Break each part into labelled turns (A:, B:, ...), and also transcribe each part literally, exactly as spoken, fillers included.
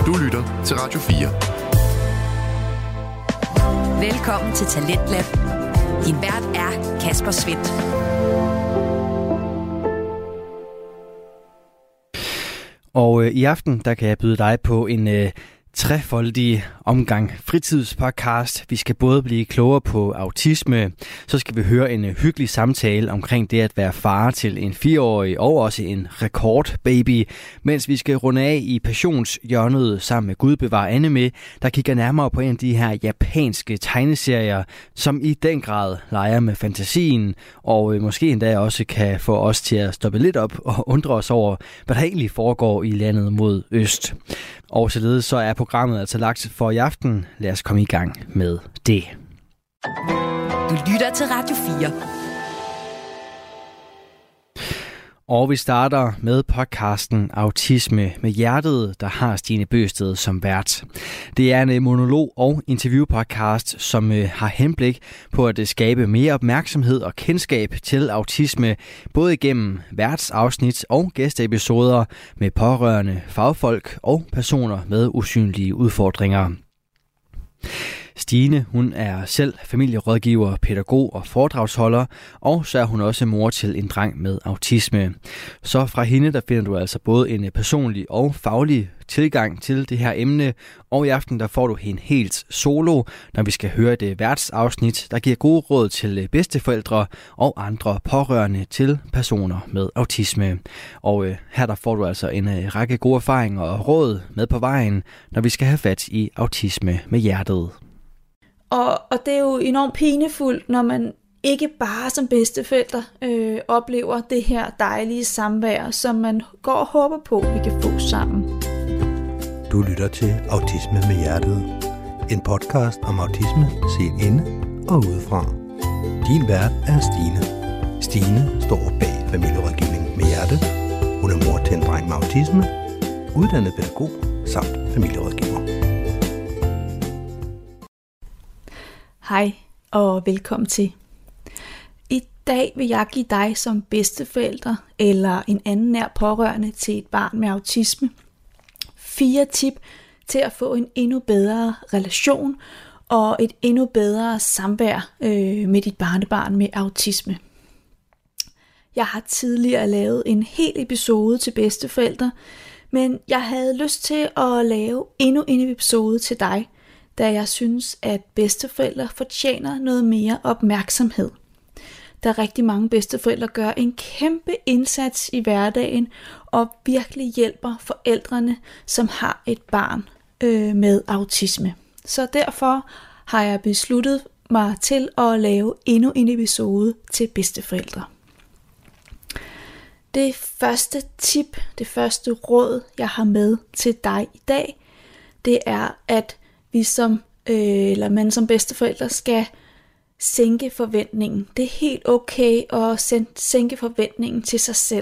A: Du lytter til Radio fire.
B: Velkommen til Talentlab. Din vært er Kasper Svendt.
C: Og øh, i aften, der kan jeg byde dig på en øh, trefoldig omgang fritidspodcast. Vi skal både blive klogere på autisme, så skal vi høre en øh, hyggelig samtale omkring det at være far til en fireårig og også en rekordbaby, mens vi skal runde af i passionshjørnet sammen med Gud bevar Anne med, der kigger nærmere på en af de her japanske tegneserier, som i den grad leger med fantasien, og øh, måske endda også kan få os til at stoppe lidt op og undre os over, hvad der egentlig foregår i landet mod øst. Og således så er programmet altså lagt for i aften. Lad os komme i gang med det.
B: Du lytter til Radio fire.
C: Og vi starter med podcasten Autisme med hjertet, der har Stine Bøsted som vært. Det er en monolog- og interviewpodcast, som har henblik på at skabe mere opmærksomhed og kendskab til autisme, både igennem værtsafsnit og gæsteepisoder med pårørende, fagfolk og personer med usynlige udfordringer. Stine, hun er selv familierådgiver, pædagog og foredragsholder, og så er hun også mor til en dreng med autisme. Så fra hende, der finder du altså både en personlig og faglig tilgang til det her emne, og i aften der får du hende helt solo, når vi skal høre et værtsafsnit, der giver gode råd til bedsteforældre og andre pårørende til personer med autisme. Og øh, her der får du altså en øh, række gode erfaringer og råd med på vejen, når vi skal have fat i autisme med hjertet.
D: Og, og det er jo enormt pinefuldt, når man ikke bare som bedsteforældre øh, oplever det her dejlige samvær, som man går og håber på, vi kan få sammen.
E: Du lytter til Autisme med hjertet. En podcast om autisme set inde og udefra. Din vært er Stine. Stine står bag familierådgivning med hjertet. Hun er mor til en dreng med autisme, uddannet pædagog samt familierådgiver.
D: Hej og velkommen til. I dag vil jeg give dig som bedsteforælder eller en anden nær pårørende til et barn med autisme fire tip til at få en endnu bedre relation og et endnu bedre samvær øh, med dit barnebarn med autisme. Jeg har tidligere lavet en hel episode til bedsteforældre, men jeg havde lyst til at lave endnu en episode til dig, da jeg synes, at bedsteforældre fortjener noget mere opmærksomhed. Da rigtig mange bedsteforældre gør en kæmpe indsats i hverdagen og virkelig hjælper forældrene, som har et barn øh, med autisme. Så derfor har jeg besluttet mig til at lave endnu en episode til bedsteforældre. Det første tip, det første råd, jeg har med til dig i dag, det er, at vi som, øh, eller man som bedsteforældre skal sænke forventningen. Det er helt okay at sænke forventningen til sig selv.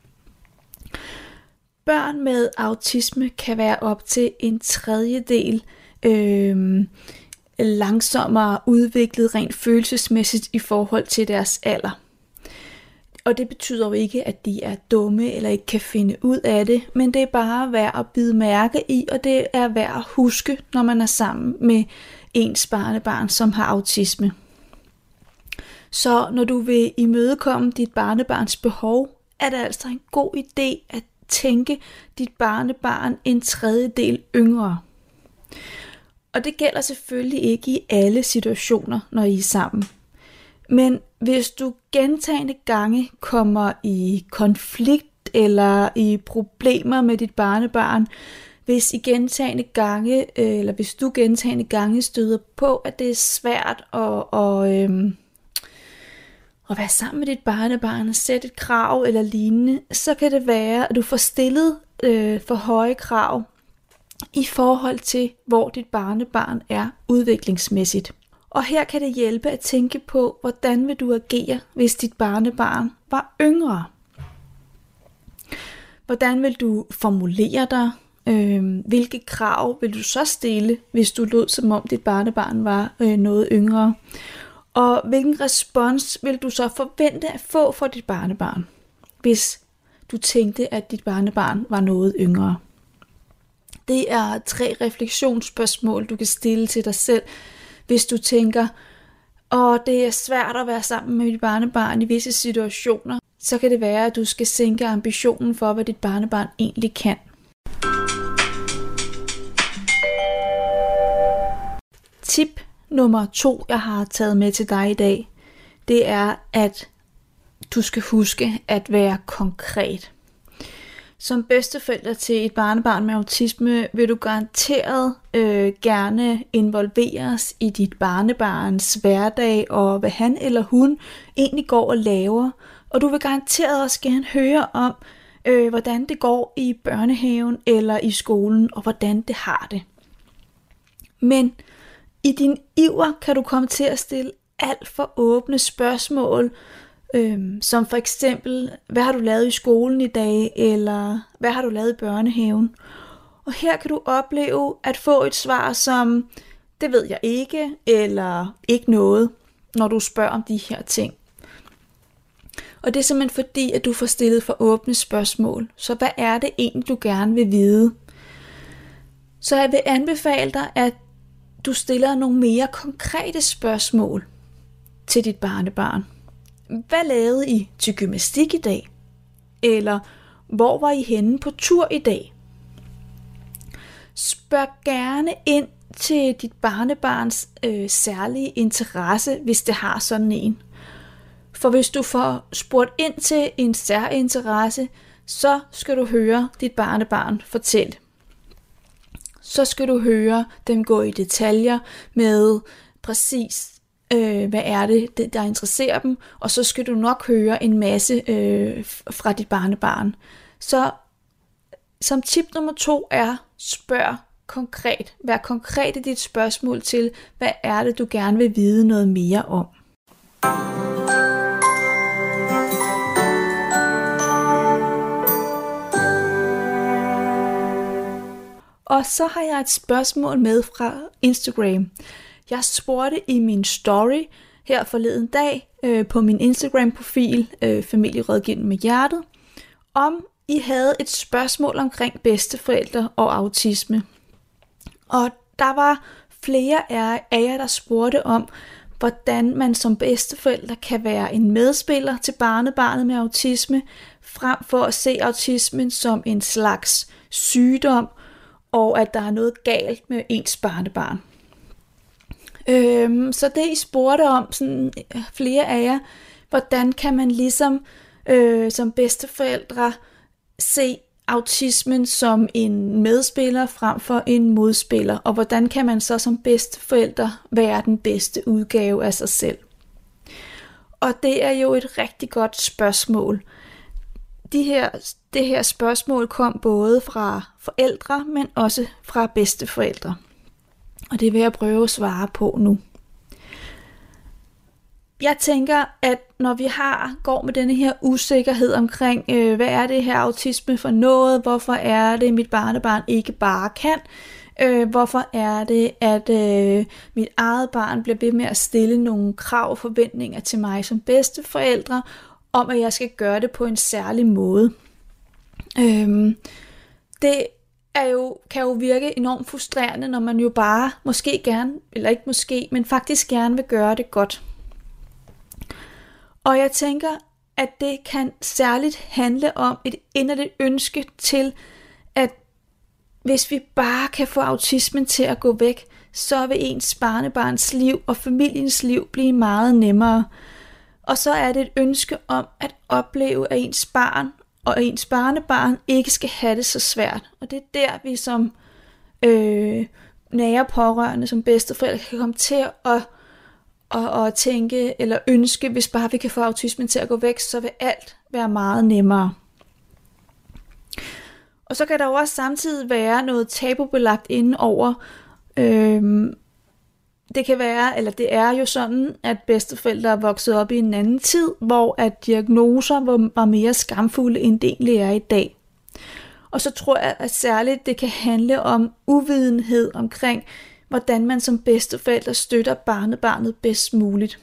D: Børn med autisme kan være op til en tredjedel øh, langsommere udviklet rent følelsesmæssigt i forhold til deres alder. Og det betyder jo ikke, at de er dumme eller ikke kan finde ud af det, men det er bare værd at bide mærke i, og det er værd at huske, når man er sammen med ens barnebarn, som har autisme. Så når du vil imødekomme dit barnebarns behov, er det altså en god idé at tænke dit barnebarn en tredjedel yngre. Og det gælder selvfølgelig ikke i alle situationer, når I er sammen. Men hvis du gentagne gange kommer i konflikt eller i problemer med dit barnebarn, hvis I gentagne gange, eller hvis du gentagne gange støder på, at det er svært at, at, øhm, at være sammen med dit barnebarn og sætte et krav eller lignende, så kan det være, at du får stillet øh, for høje krav i forhold til, hvor dit barnebarn er udviklingsmæssigt. Og her kan det hjælpe at tænke på, hvordan vil du agere, hvis dit barnebarn var yngre. Hvordan vil du formulere dig? Hvilke krav vil du så stille, hvis du lød som om dit barnebarn var noget yngre? Og hvilken respons vil du så forvente at få fra dit barnebarn, hvis du tænkte, at dit barnebarn var noget yngre? Det er tre refleksionsspørgsmål, du kan stille til dig selv, hvis du tænker, og det er svært at være sammen med dit barnebarn i visse situationer. Så kan det være, at du skal sænke ambitionen for, hvad dit barnebarn egentlig kan. Tip nummer to, jeg har taget med til dig i dag, det er, at du skal huske at være konkret. Som bedsteforælder til et barnebarn med autisme, vil du garanteret øh, gerne involveres i dit barnebarns hverdag, og hvad han eller hun egentlig går og laver. Og du vil garanteret også gerne høre om, øh, hvordan det går i børnehaven eller i skolen, og hvordan det har det. Men i din iver kan du komme til at stille alt for åbne spørgsmål, øhm, som for eksempel, hvad har du lavet i skolen i dag, eller hvad har du lavet i børnehaven? Og her kan du opleve at få et svar som, det ved jeg ikke, eller ikke noget, når du spørger om de her ting. Og det er simpelthen fordi, at du får stillet for åbne spørgsmål. Så hvad er det egentlig, du gerne vil vide? Så jeg vil anbefale dig, at du stiller nogle mere konkrete spørgsmål til dit barnebarn. Hvad lavede I til gymnastik i dag? Eller hvor var I henne på tur i dag? Spørg gerne ind til dit barnebarns øh, særlige interesse, hvis det har sådan en. For hvis du får spurgt ind til en særinteresse, så skal du høre dit barnebarn fortælle. Så skal du høre dem gå i detaljer med præcis, øh, hvad er det, der interesserer dem, og så skal du nok høre en masse øh, fra dit barnebarn. Så som tip nummer to er, spørg konkret. Vær konkret i dit spørgsmål til, hvad er det, du gerne vil vide noget mere om. Og så har jeg et spørgsmål med fra Instagram. Jeg spurgte i min story her forleden dag øh, på min Instagram-profil, øh, Familierådgivning med Hjertet, om I havde et spørgsmål omkring bedsteforældre og autisme. Og der var flere af jer, der spurgte om, hvordan man som bedsteforældre kan være en medspiller til barnebarnet med autisme, frem for at se autismen som en slags sygdom, og at der er noget galt med ens barnebarn. Øhm, så det I spurgte om, sådan flere af jer, hvordan kan man ligesom øh, som bedsteforældre se autismen som en medspiller frem for en modspiller, og hvordan kan man så som bedsteforældre være den bedste udgave af sig selv? Og det er jo et rigtig godt spørgsmål. De her, det her spørgsmål kom både fra forældre, men også fra bedsteforældre. Og det vil jeg prøve at svare på nu. Jeg tænker, at når vi har går med denne her usikkerhed omkring, øh, hvad er det her autisme for noget, hvorfor er det, mit barnebarn ikke bare kan, øh, hvorfor er det, at øh, mit eget barn bliver ved med at stille nogle krav og forventninger til mig som bedsteforældre, om at jeg skal gøre det på en særlig måde. Øhm, det er jo, kan jo virke enormt frustrerende, når man jo bare måske gerne, eller ikke måske, men faktisk gerne vil gøre det godt. Og jeg tænker, at det kan særligt handle om et inderligt ønske til, at hvis vi bare kan få autismen til at gå væk, så vil ens barnebarns liv og familiens liv blive meget nemmere. Og så er det et ønske om at opleve, at ens barn og ens barnebarn ikke skal have det så svært. Og det er der, vi som øh, nære pårørende, som bedsteforældre, kan komme til at og, og tænke eller ønske, hvis bare vi kan få autismen til at gå væk, så vil alt være meget nemmere. Og så kan der jo også samtidig være noget tabubelagt inden over. Øhm, det kan være, eller det er jo sådan, at bedsteforældre er vokset op i en anden tid, hvor at diagnoser var mere skamfulde, end det egentlig er i dag. Og så tror jeg, at særligt det kan handle om uvidenhed omkring, hvordan man som bedsteforældre støtter barnebarnet bedst muligt.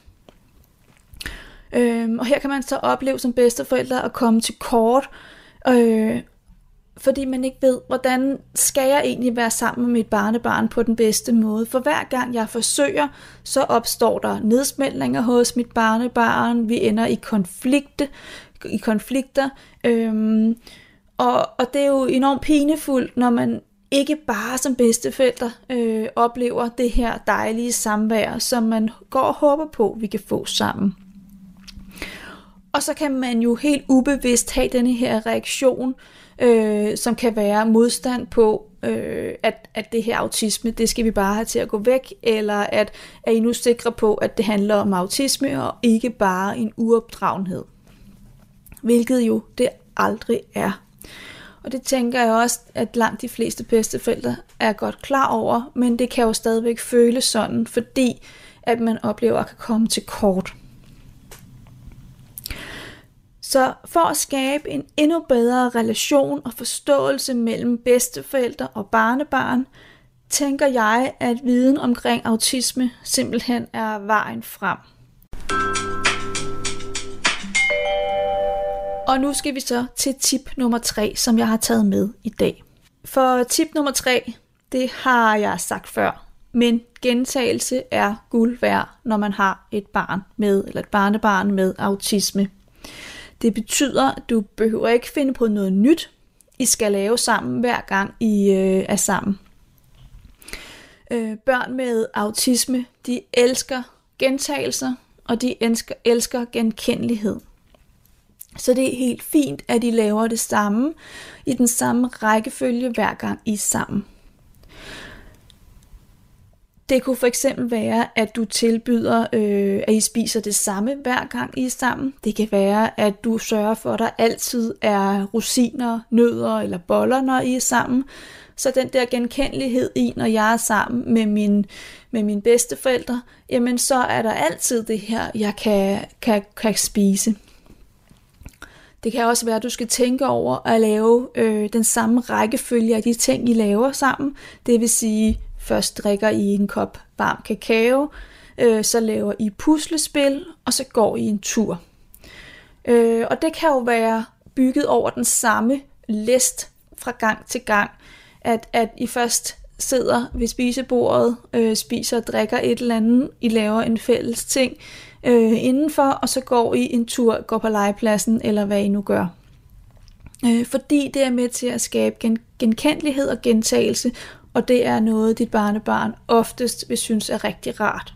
D: Øhm, og her kan man så opleve som bedsteforældre at komme til kort, øh, fordi man ikke ved, hvordan skal jeg egentlig være sammen med mit barnebarn på den bedste måde. For hver gang jeg forsøger, så opstår der nedsmeltninger hos mit barnebarn. Vi ender i konflikte, i konflikter. Øhm, og, og det er jo enormt pinefuldt, når man ikke bare som bedsteforældre øh, oplever det her dejlige samvær, som man går og håber på, vi kan få sammen. Og så kan man jo helt ubevidst have denne her reaktion, øh, som kan være modstand på, øh, at, at det her autisme, det skal vi bare have til at gå væk, eller at er I nu sikre på, at det handler om autisme, og ikke bare en uopdragenhed. Hvilket jo det aldrig er. Og det tænker jeg også, at langt de fleste bedsteforældre er godt klar over, men det kan jo stadigvæk føles sådan, fordi at man oplever at kan komme til kort. Så for at skabe en endnu bedre relation og forståelse mellem bedsteforældre og barnebarn, tænker jeg, at viden omkring autisme simpelthen er vejen frem. Og nu skal vi så til tip nummer tre, som jeg har taget med i dag. For tip nummer tre, det har jeg sagt før, men gentagelse er guld værd, når man har et barn med, eller et barnebarn med autisme. Det betyder, at du behøver ikke finde på noget nyt, I skal lave sammen, hver gang I øh, er sammen. Øh, børn med autisme, de elsker gentagelser, og de elsker, elsker genkendelighed. Så det er helt fint, at I laver det samme, i den samme rækkefølge, hver gang I er sammen. Det kunne for eksempel være, at du tilbyder, øh, at I spiser det samme hver gang I er sammen. Det kan være, at du sørger for, at der altid er rosiner, nødder eller boller, når I er sammen. Så den der genkendelighed i, når jeg er sammen med, min, med mine bedsteforældre, jamen så er der altid det her, jeg kan, kan, kan spise. Det kan også være, at du skal tænke over at lave øh, den samme rækkefølge af de ting, I laver sammen. Det vil sige, først drikker I en kop varm kakao, øh, så laver I puslespil, og så går I en tur. Øh, og det kan jo være bygget over den samme list fra gang til gang, at, at I først sidder ved spisebordet, øh, spiser og drikker et eller andet, I laver en fælles ting øh, indenfor, og så går I en tur, går på legepladsen, eller hvad I nu gør. Øh, fordi det er med til at skabe gen- genkendelighed og gentagelse, og det er noget, dit barnebarn oftest vil synes er rigtig rart.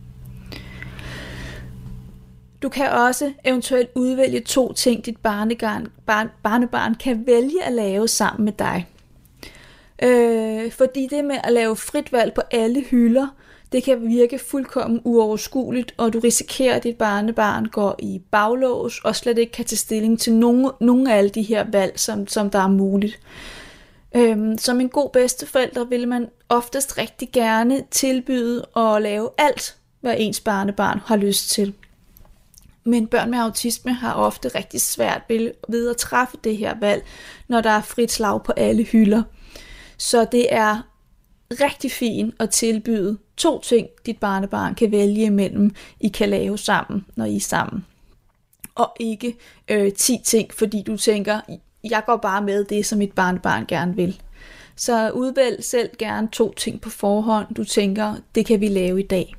D: Du kan også eventuelt udvælge to ting, dit barnebarn, barn, barnebarn kan vælge at lave sammen med dig. Øh, fordi det med at lave frit valg på alle hylder, det kan virke fuldkommen uoverskueligt, og du risikerer, at dit barnebarn går i baglås og slet ikke kan tage stilling til nogle, nogle af alle de her valg, som, som der er muligt. Øhm, som en god bedsteforælder vil man oftest rigtig gerne tilbyde at lave alt, hvad ens barnebarn har lyst til. Men børn med autisme har ofte rigtig svært ved at træffe det her valg, når der er frit slag på alle hylder. Så det er rigtig fint at tilbyde to ting, dit barnebarn kan vælge imellem, I kan lave sammen, når I er sammen. Og ikke øh, ti ting, fordi du tænker, jeg går bare med det, som mit barnebarn gerne vil. Så udvælg selv gerne to ting på forhånd, du tænker, det kan vi lave i dag.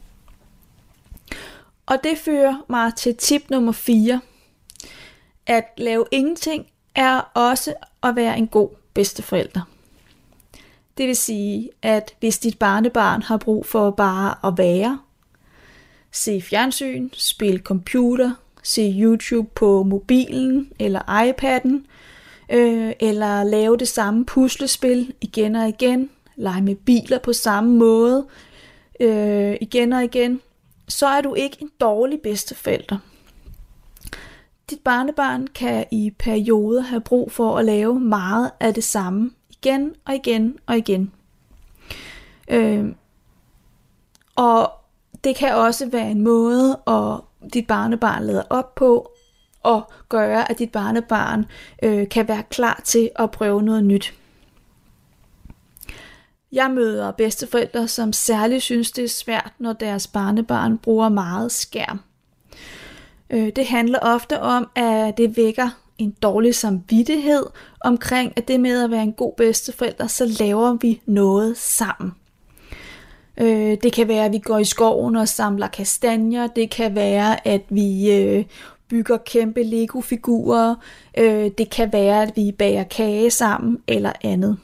D: Og det fører mig til tip nummer fire. At lave ingenting er også at være en god bedsteforælder. Det vil sige, at hvis dit barnebarn har brug for bare at være, se fjernsyn, spille computer, se YouTube på mobilen eller iPad'en, øh, eller lave det samme puslespil igen og igen, lege med biler på samme måde øh, igen og igen, så er du ikke en dårlig bedsteforælder. Dit barnebarn kan i perioder have brug for at lave meget af det samme, igen og igen og igen. Øh, og det kan også være en måde, at dit barnebarn lader op på, og gøre, at dit barnebarn øh, kan være klar til at prøve noget nyt. Jeg møder bedsteforældre, som særligt synes, det er svært, når deres barnebarn bruger meget skærm. Øh, det handler ofte om, at det vækker en dårlig samvittighed omkring, at det med at være en god bedsteforælder, så laver vi noget sammen. Øh, det kan være, at vi går i skoven og samler kastanjer. Det kan være, at vi øh, bygger kæmpe Lego-figurer. Øh, det kan være, at vi bager kage sammen eller andet.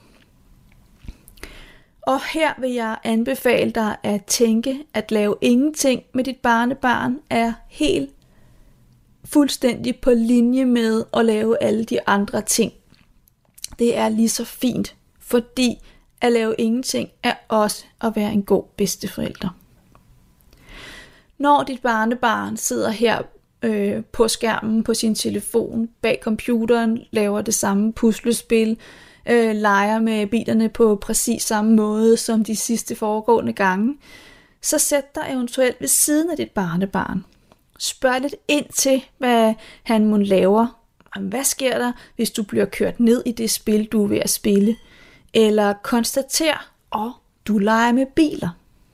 D: Og her vil jeg anbefale dig at tænke, at lave ingenting med dit barnebarn er helt fuldstændig på linje med at lave alle de andre ting. Det er lige så fint, fordi at lave ingenting er også at være en god bedsteforælder. Når dit barnebarn sidder her øh, på skærmen på sin telefon, bag computeren, laver det samme puslespil, øh, leger med bilerne på præcis samme måde som de sidste foregående gange, så sæt dig eventuelt ved siden af dit barnebarn. Spørg lidt ind til, hvad han må laver. Hvad sker der, hvis du bliver kørt ned i det spil, du er ved at spille? Eller konstater, at oh, du leger med biler.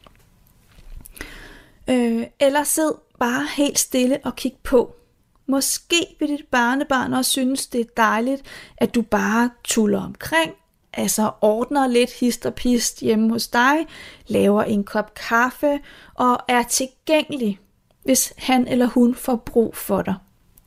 D: Øh, eller sid bare helt stille og kig på. Måske vil dit barnebarn også synes, det er dejligt, at du bare tuller omkring, altså ordner lidt hist og pist hjemme hos dig, laver en kop kaffe og er tilgængelig, hvis han eller hun får brug for dig.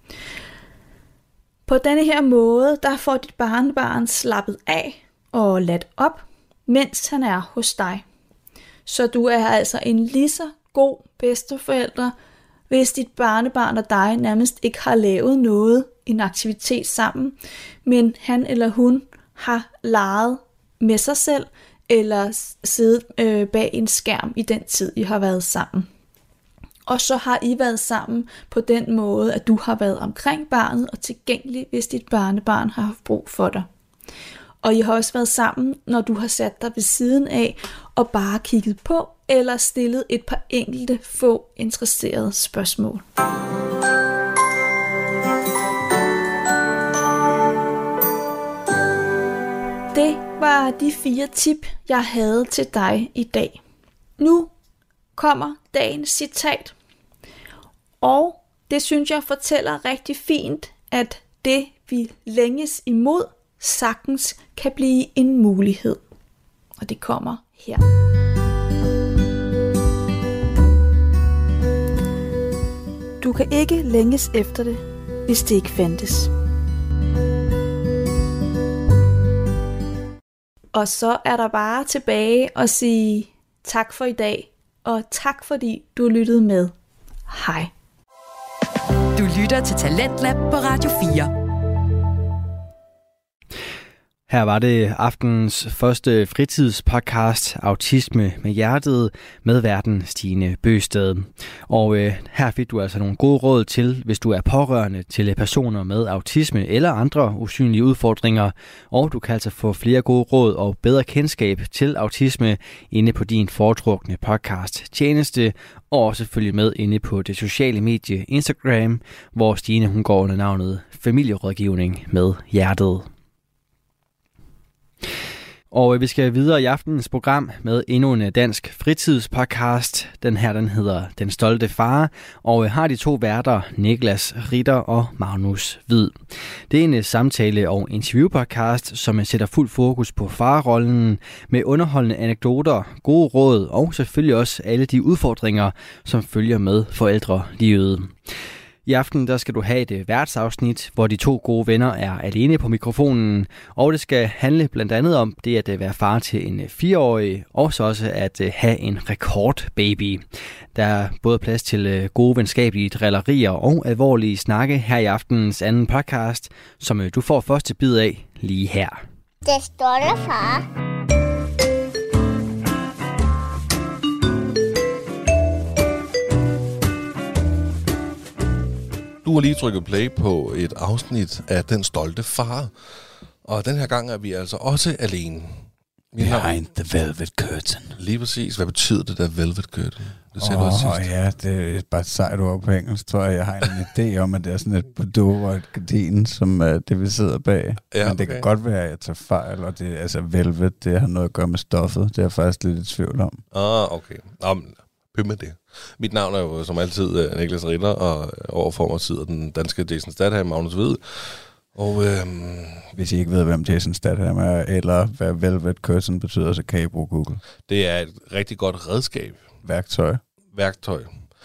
D: På denne her måde, der får dit barnebarn slappet af og ladt op, mens han er hos dig. Så du er altså en lige så god bedsteforælder, hvis dit barnebarn og dig nærmest ikke har lavet noget, en aktivitet sammen, men han eller hun har leget med sig selv, eller siddet øh, bag en skærm i den tid, I har været sammen. Og så har I været sammen på den måde, at du har været omkring barnet og tilgængelig, hvis dit barnebarn har haft brug for dig. Og I har også været sammen, når du har sat dig ved siden af og bare kigget på eller stillet et par enkelte få interesserede spørgsmål. Det var de fire tip, jeg havde til dig i dag. Nu kommer dagens citat. Og det synes jeg fortæller rigtig fint, at det vi længes imod, sagtens kan blive en mulighed. Og det kommer her. Du kan ikke længes efter det, hvis det ikke fandtes. Og så er der bare tilbage at sige tak for i dag, og tak fordi du lyttede med. Hej.
B: Du lytter til Talentlab på Radio fire.
C: Her var det aftenens første fritidspodcast, Autisme med hjertet, med værten Stine Bøsted. Og øh, her fik du altså nogle gode råd til, hvis du er pårørende til personer med autisme eller andre usynlige udfordringer. Og du kan altså få flere gode råd og bedre kendskab til autisme inde på din foretrukne podcast tjeneste, og også følge med inde på det sociale medie Instagram, hvor Stine hun går under navnet Familierådgivning med hjertet. Og vi skal videre i aftenens program med endnu en dansk fritidspodcast. Den her, den hedder Den Stolte Far, og har de to værter, Niklas Ritter og Magnus Hvid. Det er en samtale- og interviewpodcast, som sætter fuld fokus på farrollen med underholdende anekdoter, gode råd og selvfølgelig også alle de udfordringer, som følger med forældrelivet. I aften der skal du have et værtsafsnit, hvor de to gode venner er alene på mikrofonen, og det skal handle blandt andet om det at være far til en fireårig, og så også at have en rekordbaby. Der er både plads til gode venskabelige drillerier og alvorlige snakke her i aftenens anden podcast, som du får første bid af lige her.
A: Det stolte far.
F: Du har lige trykket play på et afsnit af Den Stolte Far, og den her gang er vi altså også alene.
G: Behind the velvet curtain.
F: Lige præcis. Hvad betyder det der velvet curtain? Det sagde
G: oh,
F: du også sidst.
G: Ja, det er bare et sejt ord på engelsk, tror jeg. Jeg har en idé om, at det er sådan et bordeaux og et gardin, som uh, det vi sidder bag.
F: Ja,
G: Men det
F: okay.
G: kan godt være, at jeg tager fejl, og det altså velvet, det har noget at gøre med stoffet. Det er jeg faktisk lidt i tvivl om.
F: Ah, okay. Nå, men pyt med det. Mit navn er jo som altid uh, Niklas Ritter, og overfor mig sidder den danske Jason Statham, Magnus Hvid. Og øhm,
G: hvis I ikke ved, hvem Jason Statham er, eller hvad Velvet Curtain betyder, så kan I bruge Google.
F: det er et rigtig godt redskab,
G: Værktøj.
F: værktøj.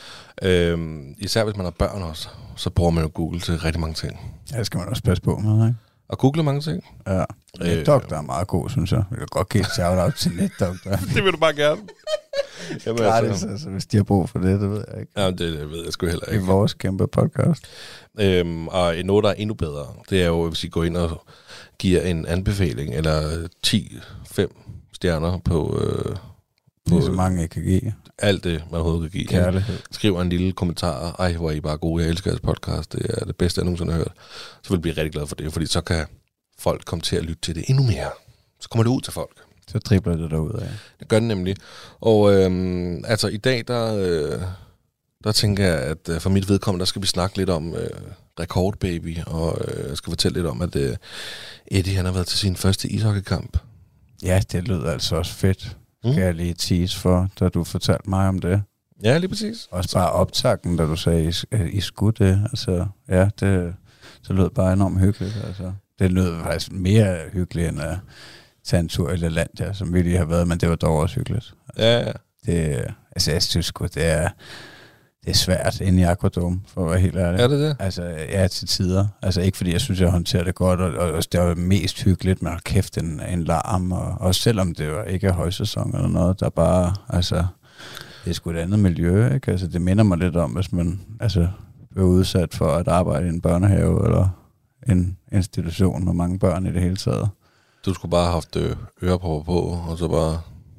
F: Øhm, især hvis man har børn også, så bruger man jo Google til rigtig mange ting.
G: Ja, det skal man også passe på med, ikke?
F: Og google mange ting.
G: Ja. NetDoktor er meget god, synes jeg. Jeg kan godt give et shout-out til NetDoktor.
F: Det vil du bare gerne. Jamen,
G: Gratis,
F: altså,
G: altså, hvis de har brug for det, det ved jeg ikke.
F: ja, det, det ved jeg sgu heller
G: I
F: ikke.
G: vores kæmpe podcast.
F: Øhm, og noget, der er endnu bedre, det er jo, hvis I går ind og giver en anbefaling, eller ti, fem stjerner på, øh,
G: Det er
F: på
G: så mange, I kan give.
F: alt det, man overhovedet kan give.
G: Kærlighed.
F: Skriver en lille kommentar. Ej, hvor er I bare gode. Jeg elsker jeres podcast. Det er det bedste, jeg nogensinde har hørt. Så vil jeg blive rigtig glad for det, fordi så kan folk komme til at lytte til det endnu mere. Så kommer det ud til folk.
G: Så dribler det derud af.
F: Det gør det nemlig. Og øhm, altså i dag, der, øh, der tænker jeg, at øh, for mit vedkommende, der skal vi snakke lidt om øh, Rekordbaby, og øh, jeg skal fortælle lidt om, at øh, Eddie, han har været til sin første ishockeykamp.
G: Ja, det lyder altså også fedt.
F: Mm.
G: Skal jeg lige tease for, da du fortalte mig om det.
F: Ja, lige præcis.
G: Også bare optakten, da du sagde, I, I skulle det. Altså, ja, det, det lød bare enormt hyggeligt. Altså. Det lød faktisk mere hyggeligt, end at tage en tur i LaLandia, som vi lige har været, men det var dog også hyggeligt.
F: Ja, ja.
G: Det, altså, jeg synes sgu, det er, det er svært inde i Aquadome, for at være helt ærlig.
F: Er det det?
G: Altså, ja, til tider. Altså, ikke fordi jeg synes, jeg håndterer det godt, og, og det var mest hyggeligt, men hold kæft, en, en larm, og også selvom det var ikke er højsæson eller noget, der bare, altså, det er sgu et andet miljø, ikke? Altså, det minder mig lidt om, hvis man, altså, bliver udsat for at arbejde i en børnehave, eller en institution med mange børn i det hele taget.
F: Du skulle bare have haft øh, ørepropper på, og så bare...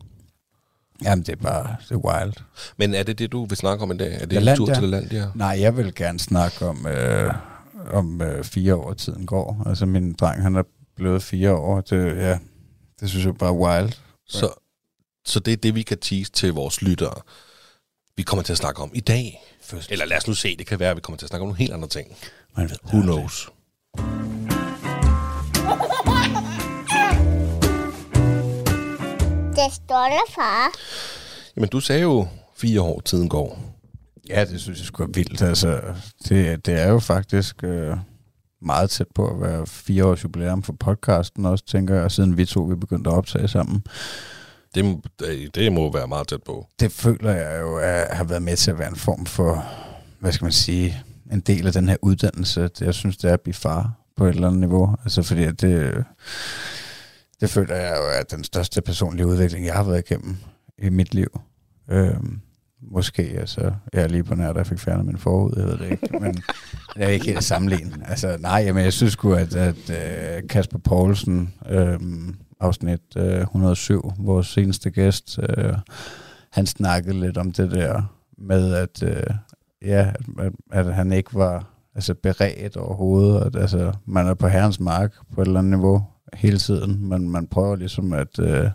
G: Jamen, det er bare, det er wild.
F: Men er det det, du vil snakke om i dag? Er det en
G: LaLandia?
F: tur til LaLandia?
G: Nej, jeg vil gerne snakke om, øh, om øh, fire år tiden går. Altså, min dreng, han er blevet fire år. Det, ja, det synes jeg bare er wild.
F: Så, så det er det, vi kan tease til vores lyttere. Vi kommer til at snakke om i dag.
G: Først.
F: Eller lad os nu se, det kan være, at vi kommer til at snakke om nogle helt andre ting.
G: Man ved,
F: Who knows?
A: Det står der, far.
F: Jamen, du sagde jo fire år tiden går.
G: Ja, det synes jeg sgu er vildt. Altså, det, det er jo faktisk øh, meget tæt på at være fire års jubilæum for podcasten også, tænker jeg, siden vi to vi begyndte at optage sammen.
F: Det, må- det må være meget tæt på.
G: Det føler jeg jo at har været med til at være en form for, hvad skal man sige, en del af den her uddannelse. Det, jeg synes, det er at blive far på et eller andet niveau. Altså, fordi at det, det føler jeg jo er den største personlige udvikling, jeg har været igennem i mit liv. Øhm, måske, altså, jeg er lige på nær, da jeg fik fjernet min forhud, jeg ved det ikke, men jeg er ikke helt sammenlignet. Altså, nej, jamen, jeg synes sgu, at, at uh, Kasper Poulsen, øhm, afsnit uh, et hundrede og syv, vores seneste gæst, uh, han snakkede lidt om det der med, at, uh, ja, at, at han ikke var altså, beredt overhovedet, at altså, man er på herrens mark på et eller andet niveau hele tiden, men man prøver ligesom at... Uh,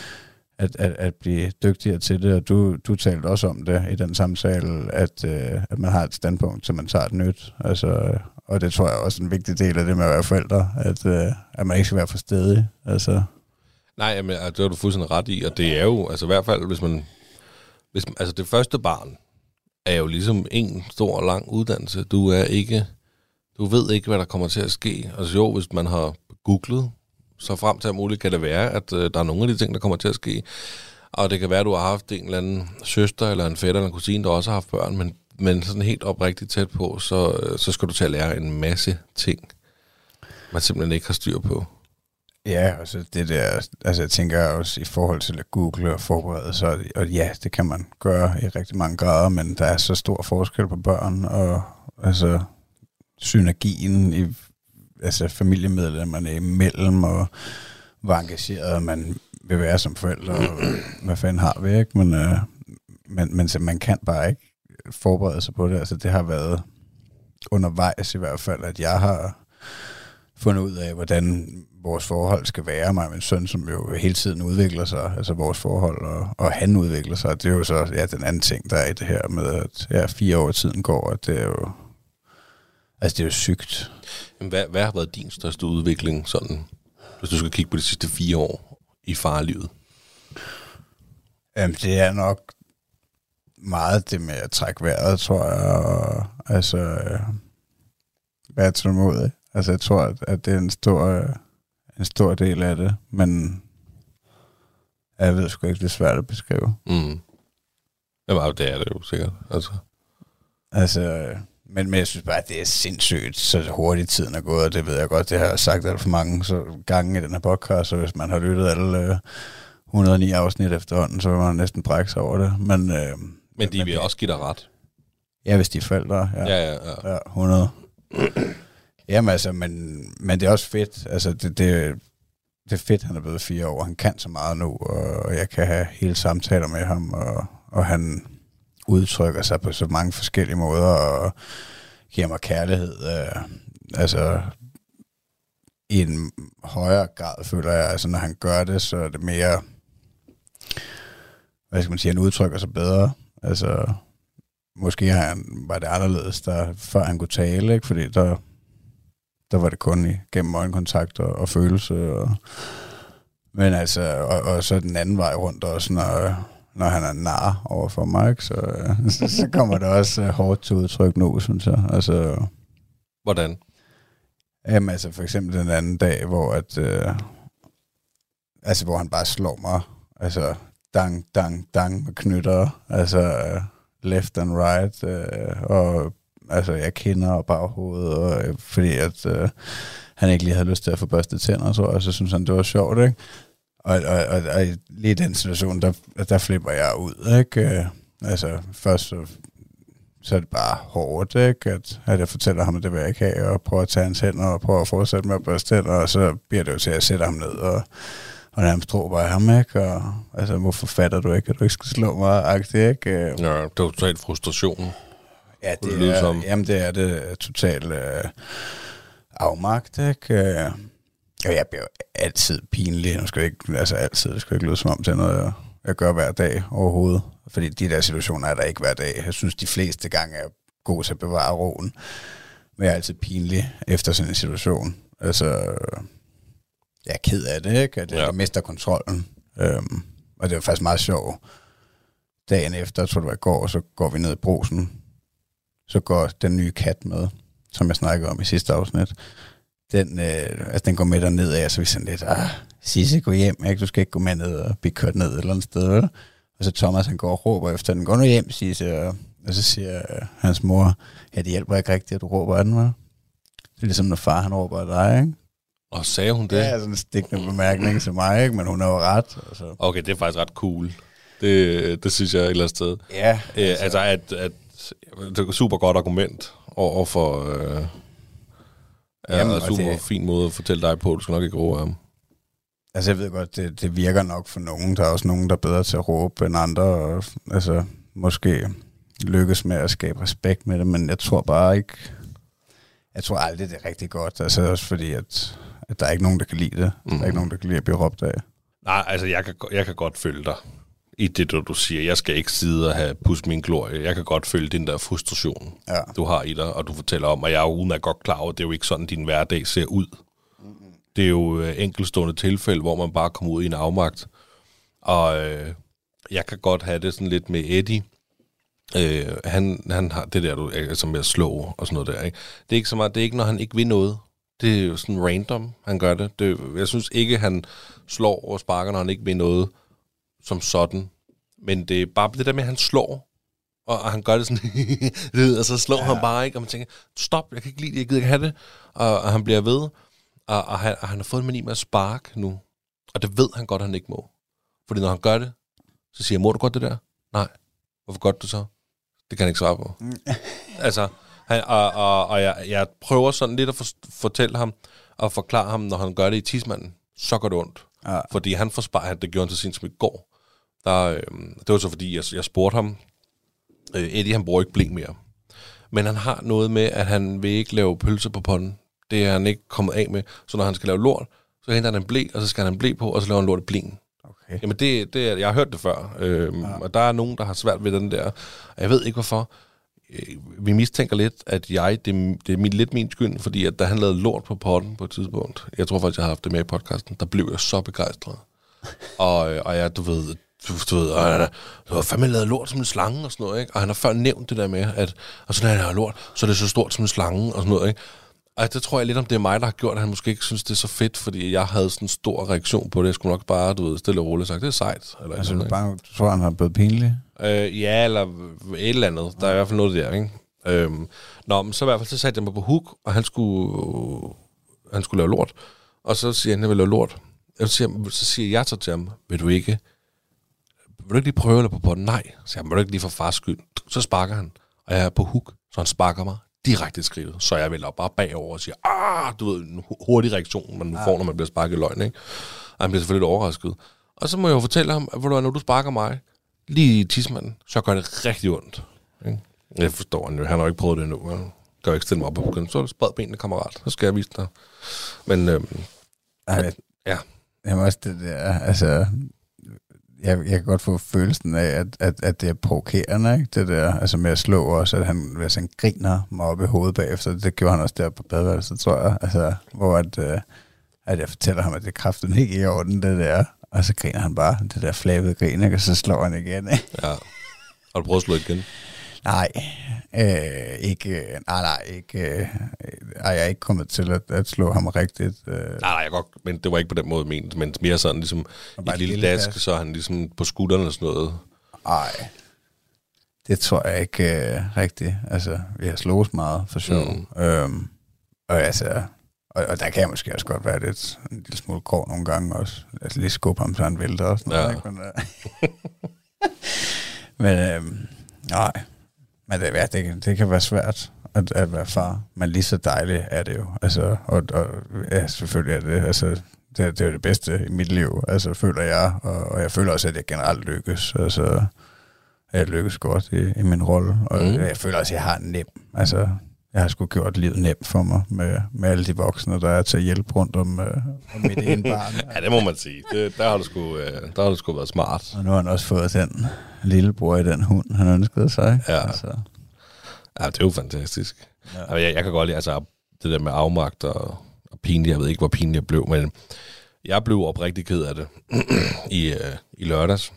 G: At, at, at blive dygtigere til det, og du, du talte også om det i den samtale, at, øh, at man har et standpunkt, så man tager et nyt. Altså, og det tror jeg også er en vigtig del af det med at være forældre, at, øh, at man ikke skal være for stædig. Altså.
F: Nej, men det har du fuldstændig ret i, og det er jo, altså i hvert fald, hvis man, hvis man, altså det første barn er jo ligesom en stor lang uddannelse. Du er ikke, du ved ikke, hvad der kommer til at ske. Altså jo, hvis man har googlet, så frem til at muligt kan det være, at øh, der er nogle af de ting, der kommer til at ske. Og det kan være, at du har haft en eller anden søster, eller en fætter, eller en kusine, der også har haft børn, men, men sådan helt oprigtigt tæt på, så, øh, så skal du til at lære en masse ting, man simpelthen ikke har styr på.
G: Ja, altså det der, altså jeg tænker også i forhold til at google og forberede sig, og ja, det kan man gøre i rigtig mange grader, men der er så stor forskel på børn, og altså synergien i altså familiemedlemmerne imellem, og hvor engageret man vil være som forældre, og hvad fanden har vi, ikke? Men, øh, men, men så man kan bare ikke forberede sig på det. Altså det har været undervejs i hvert fald, at jeg har fundet ud af, hvordan vores forhold skal være. Mig og min søn, som jo hele tiden udvikler sig, altså vores forhold, og, og han udvikler sig. Det er jo så ja, den anden ting, der er i det her med, at ja, fire år tiden går, og det er jo altså det er jo sygt.
F: Hvad, hvad har været din største udvikling, sådan, hvis du skal kigge på de sidste fire år i farlivet?
G: Jamen, det er nok meget det med at trække vejret, tror jeg. Og, altså, øh, hvad er det imod? Altså, jeg tror, at, at det er en stor, en stor del af det, men jeg ved sgu ikke, det er svært at beskrive.
F: Mm. Jamen, det er det jo sikkert. Altså,
G: altså men, men jeg synes bare, at det er sindssygt, så hurtigt tiden er gået, og det ved jeg godt, det har jeg sagt alt for mange så gange i den her podcast, så hvis man har lyttet alle øh, et hundrede og ni afsnit efterhånden, så vil man næsten brække sig over det. Men, øh,
F: men de
G: men,
F: vil også give dig ret.
G: Ja, hvis de er forældre. Ja,
F: ja, ja. ja.
G: ja hundrede. Jamen altså, men, men det er også fedt. Altså, det, det, det er fedt, han er blevet fire år. Han kan så meget nu, og jeg kan have hele samtaler med ham, og, og han udtrykker sig på så mange forskellige måder, og giver mig kærlighed. Øh, altså, i en højere grad, føler jeg, altså når han gør det, så er det mere, hvad skal man sige, han udtrykker sig bedre. Altså, måske han, var det anderledes, der, før han kunne tale, ikke? Fordi der, der var det kun i, gennem øjenkontakt og, og følelse. Og, men altså, og, og så den anden vej rundt også, når, når han er nar over for mig, ikke? Så, så, så kommer det også hårdt til udtryk nu, synes jeg. Altså,
F: hvordan?
G: Jamen altså, for eksempel den anden dag, hvor at, øh, altså, hvor han bare slår mig, altså, dang, dang, dang med knytter, altså, øh, left and right, øh, og altså, jeg kender og baghovedet, og, øh, fordi at øh, han ikke lige havde lyst til at få børstet tænder, så, og så synes han, det var sjovt, ikke? Og, og, og, og lige i den situation, der, der flipper jeg ud, ikke? Øh, altså, først så, så er det bare hårdt, ikke? At, at jeg fortæller ham, at det vil jeg ikke have, og prøver at tage hans hænder, og prøver at fortsætte med at børste tænder, og så bliver det jo til, at jeg sætter ham ned, og og nærmest råber af ham, ikke? Og altså, hvorfor fatter du ikke, at du ikke skal slå mig, agtigt, ikke?
F: Ja, det er jo totalt frustration.
G: Ja, det, det er, som. Jamen, det er det totalt øh, afmagt, ikke? Og jeg bliver altid pinlig. Nu skal jeg ikke, altså altid, det skal ikke lyde som om, det er noget, jeg, jeg gør hver dag overhovedet. Fordi de der situationer er der ikke hver dag. Jeg synes, de fleste gange er god til at bevare roen. Men jeg er altid pinlig efter sådan en situation. Altså, jeg er ked af det, ikke? At jeg ja. mister kontrollen. Øhm, og det var faktisk meget sjovt. Dagen efter, jeg tror det var i går, så går vi ned i Brugsen. Så går den nye kat med, som jeg snakkede om i sidste afsnit. Den, øh, altså, den går med derned af, så vi sådan lidt, ah, Sisse, gå hjem, ikke? Du skal ikke gå med ned og blive kørt ned et eller andet sted, vel? Og så Thomas, han går og råber efter den, gå nu hjem, Sisse. Og, og så siger øh, hans mor, ja, det hjælper ikke rigtigt, at du råber af den, vel? Det er ligesom, når far, han råber af dig, ikke?
F: Og sagde hun det?
G: Ja, sådan en stikkende bemærkning til mig, ikke? Men hun har jo ret. Altså.
F: Okay, det er faktisk ret cool. Det, det synes jeg et eller andet sted.
G: Ja.
F: Altså, øh, altså at, at det er et super godt argument over for øh, Jamen, er super det, fin måde at fortælle dig på, du skal nok ikke råbe af ham.
G: Altså jeg ved godt, det, det virker nok for nogen. Der er også nogen, der er bedre til at råbe end andre, og altså måske lykkes med at skabe respekt med det, men jeg tror bare ikke, jeg tror aldrig, det er rigtig godt. Altså også fordi, at, at der er ikke nogen, der kan lide det. Mm. Der er ikke nogen, der kan lide at blive råbt af.
F: Nej, altså jeg kan, jeg kan godt følge dig i det, du siger. Jeg skal ikke sidde og have pust min glorie. Jeg kan godt følge den der frustration, ja. du har i dig, og du fortæller om, og jeg er jo udmærket godt klar over, at det er jo ikke sådan, din hverdag ser ud. Mm-hmm. Det er jo øh, enkeltstående tilfælde, hvor man bare kommer ud i en afmagt. Og øh, jeg kan godt have det sådan lidt med Eddie. Øh, han, han har det der, du, altså med at slå og sådan noget der. Ikke? Det er ikke så meget, det er ikke, når han ikke vil noget. Det er jo sådan random, han gør det. det jeg synes ikke, han slår og sparker, når han ikke vil noget som sådan. Men det er bare det der med, at han slår, og, og han gør det sådan, og så slår ja. han bare, ikke? Og man tænker, stop, jeg kan ikke lide det, jeg gider ikke have det. Og, og han bliver ved, og, og, han, og han har fået en mani med at sparke nu. Og det ved han godt, at han ikke må. Fordi når han gør det, så siger jeg, må du godt det der? Nej. Hvorfor godt du så? Det kan han ikke svare på. Mm. altså, han, og, og, og jeg, jeg prøver sådan lidt at for, fortælle ham, og forklare ham, når han gør det i tidsmanden, så går det ondt. Ja. Fordi han får sparket, det gjorde han så sent som i går. Der, øh, det var så fordi, jeg, jeg spurgte ham, øh, Eddie, han bruger ikke blink mere. Men han har noget med, at han vil ikke lave pølse på ponden. Det er han ikke kommet af med. Så når han skal lave lort, så henter han en ble, og så skal han en ble på, og så laver han lort i blingen. Okay. Jamen, det, det er, jeg har hørt det før. Øh, ja. Og der er nogen, der har svært ved den der. Jeg ved ikke, hvorfor. Vi mistænker lidt, at jeg, det, det er min, lidt min skyld, fordi at da han lavede lort på potten på et tidspunkt, jeg tror faktisk, jeg har haft det med i podcasten, der blev jeg så begejstret. og, og jeg, du ved, du, du ved, og, du har fandme lavet lort som en slange og sådan noget, ikke? Og han har før nævnt det der med, at og så når han har lort, så er det så stort som en slange og sådan noget, ikke? Altså, det tror jeg lidt om, det er mig, der har gjort, at han måske ikke synes, det er så fedt, fordi jeg havde sådan en stor reaktion på det. Jeg skulle nok bare, du ved, stille og roligt sagt, det er sejt. Eller
G: altså,
F: sådan,
G: du, bare, du tror, han har blevet pinlig?
F: Øh, ja, eller et eller andet. Der er i hvert fald noget der, ikke? Øhm, nå, men så i hvert fald, så satte jeg mig på hook, og han skulle, han skulle lave lort. Og så siger han, jeg vil lave lort. Så siger, så siger jeg så til ham, vil du ikke, vil du ikke lige prøve det på bånden? Nej. Så siger han, vil du ikke lige for fars skyld? Så sparker han, og jeg er på hook, så han sparker mig direkte i skrivet. Så jeg vælger bare bagover og siger, ah, du ved, en hurtig reaktion, man får, når man bliver sparket i løgn, ikke? Og han bliver selvfølgelig lidt overrasket. Og så må jeg jo fortælle ham, at når du sparker mig, lige i tidsmanden, så gør det rigtig ondt. Ikke? Jeg forstår han jo, han har jo ikke prøvet det endnu. Jeg kan jo ikke stille mig op på begyndelsen. Så er det spred benene, kammerat. Så skal jeg vise dig. Men, øhm,
G: Ej, men,
F: ja.
G: Jamen også det der, altså, jeg, jeg kan godt få følelsen af, at, at, at det er provokerende, ikke? Det der, altså med at slå også, at han, hvis han griner mig op i hovedet bagefter, det gjorde han også der på badeværelset, tror jeg, altså, hvor at, øh, at jeg fortæller ham, at det kræften ikke er i orden, det der, og så griner han bare, det der flabede grin, ikke? Og så slår han igen, ikke?
F: Ja. Har du prøvet at slå igen?
G: Nej, øh, ikke, nej, nej, ikke, øh, ej, jeg er ikke kommet til at, at slå ham rigtigt. Øh.
F: Nej, nej, jeg godt, men det var ikke på den måde ment, men mere sådan ligesom i et lille, lille dask, dask, så er han ligesom på skulderen og sådan noget.
G: Nej, det tror jeg ikke øh, rigtigt. Altså, vi har slået meget for sjov. Mm. Øhm, og altså, og, og der kan jeg måske også godt være lidt, en lille smule grov nogle gange også. Altså lige skubbe ham, så han vælter og sådan noget. Ja. Men, øh, men øh, nej. Men det, ja, det, det kan være svært at, at være far, men lige så dejligt er det jo. Altså, og, og ja, selvfølgelig er det, altså, det, det er det bedste i mit liv, altså, føler jeg, og, og jeg føler også, at jeg generelt lykkes. Altså, jeg lykkes godt i, i min rolle, og mm. jeg føler også, at jeg har en nem, altså, jeg har sgu gjort livet nemt for mig med, med alle de voksne, der er til at hjælpe rundt om, uh, om mit ene barn.
F: Ja, det må man sige. Det, der, har du sgu, uh, der har du sgu været smart.
G: Og nu har han også fået den lillebror i den hund, han ønskede sig.
F: Ja.
G: Altså.
F: Ja, det er jo fantastisk. Ja. Altså, jeg, jeg kan godt lide, altså, det der med afmagt og, og pinlig, jeg ved ikke, hvor pinlig jeg blev, men jeg blev oprigtig ked af det i, uh, i lørdags,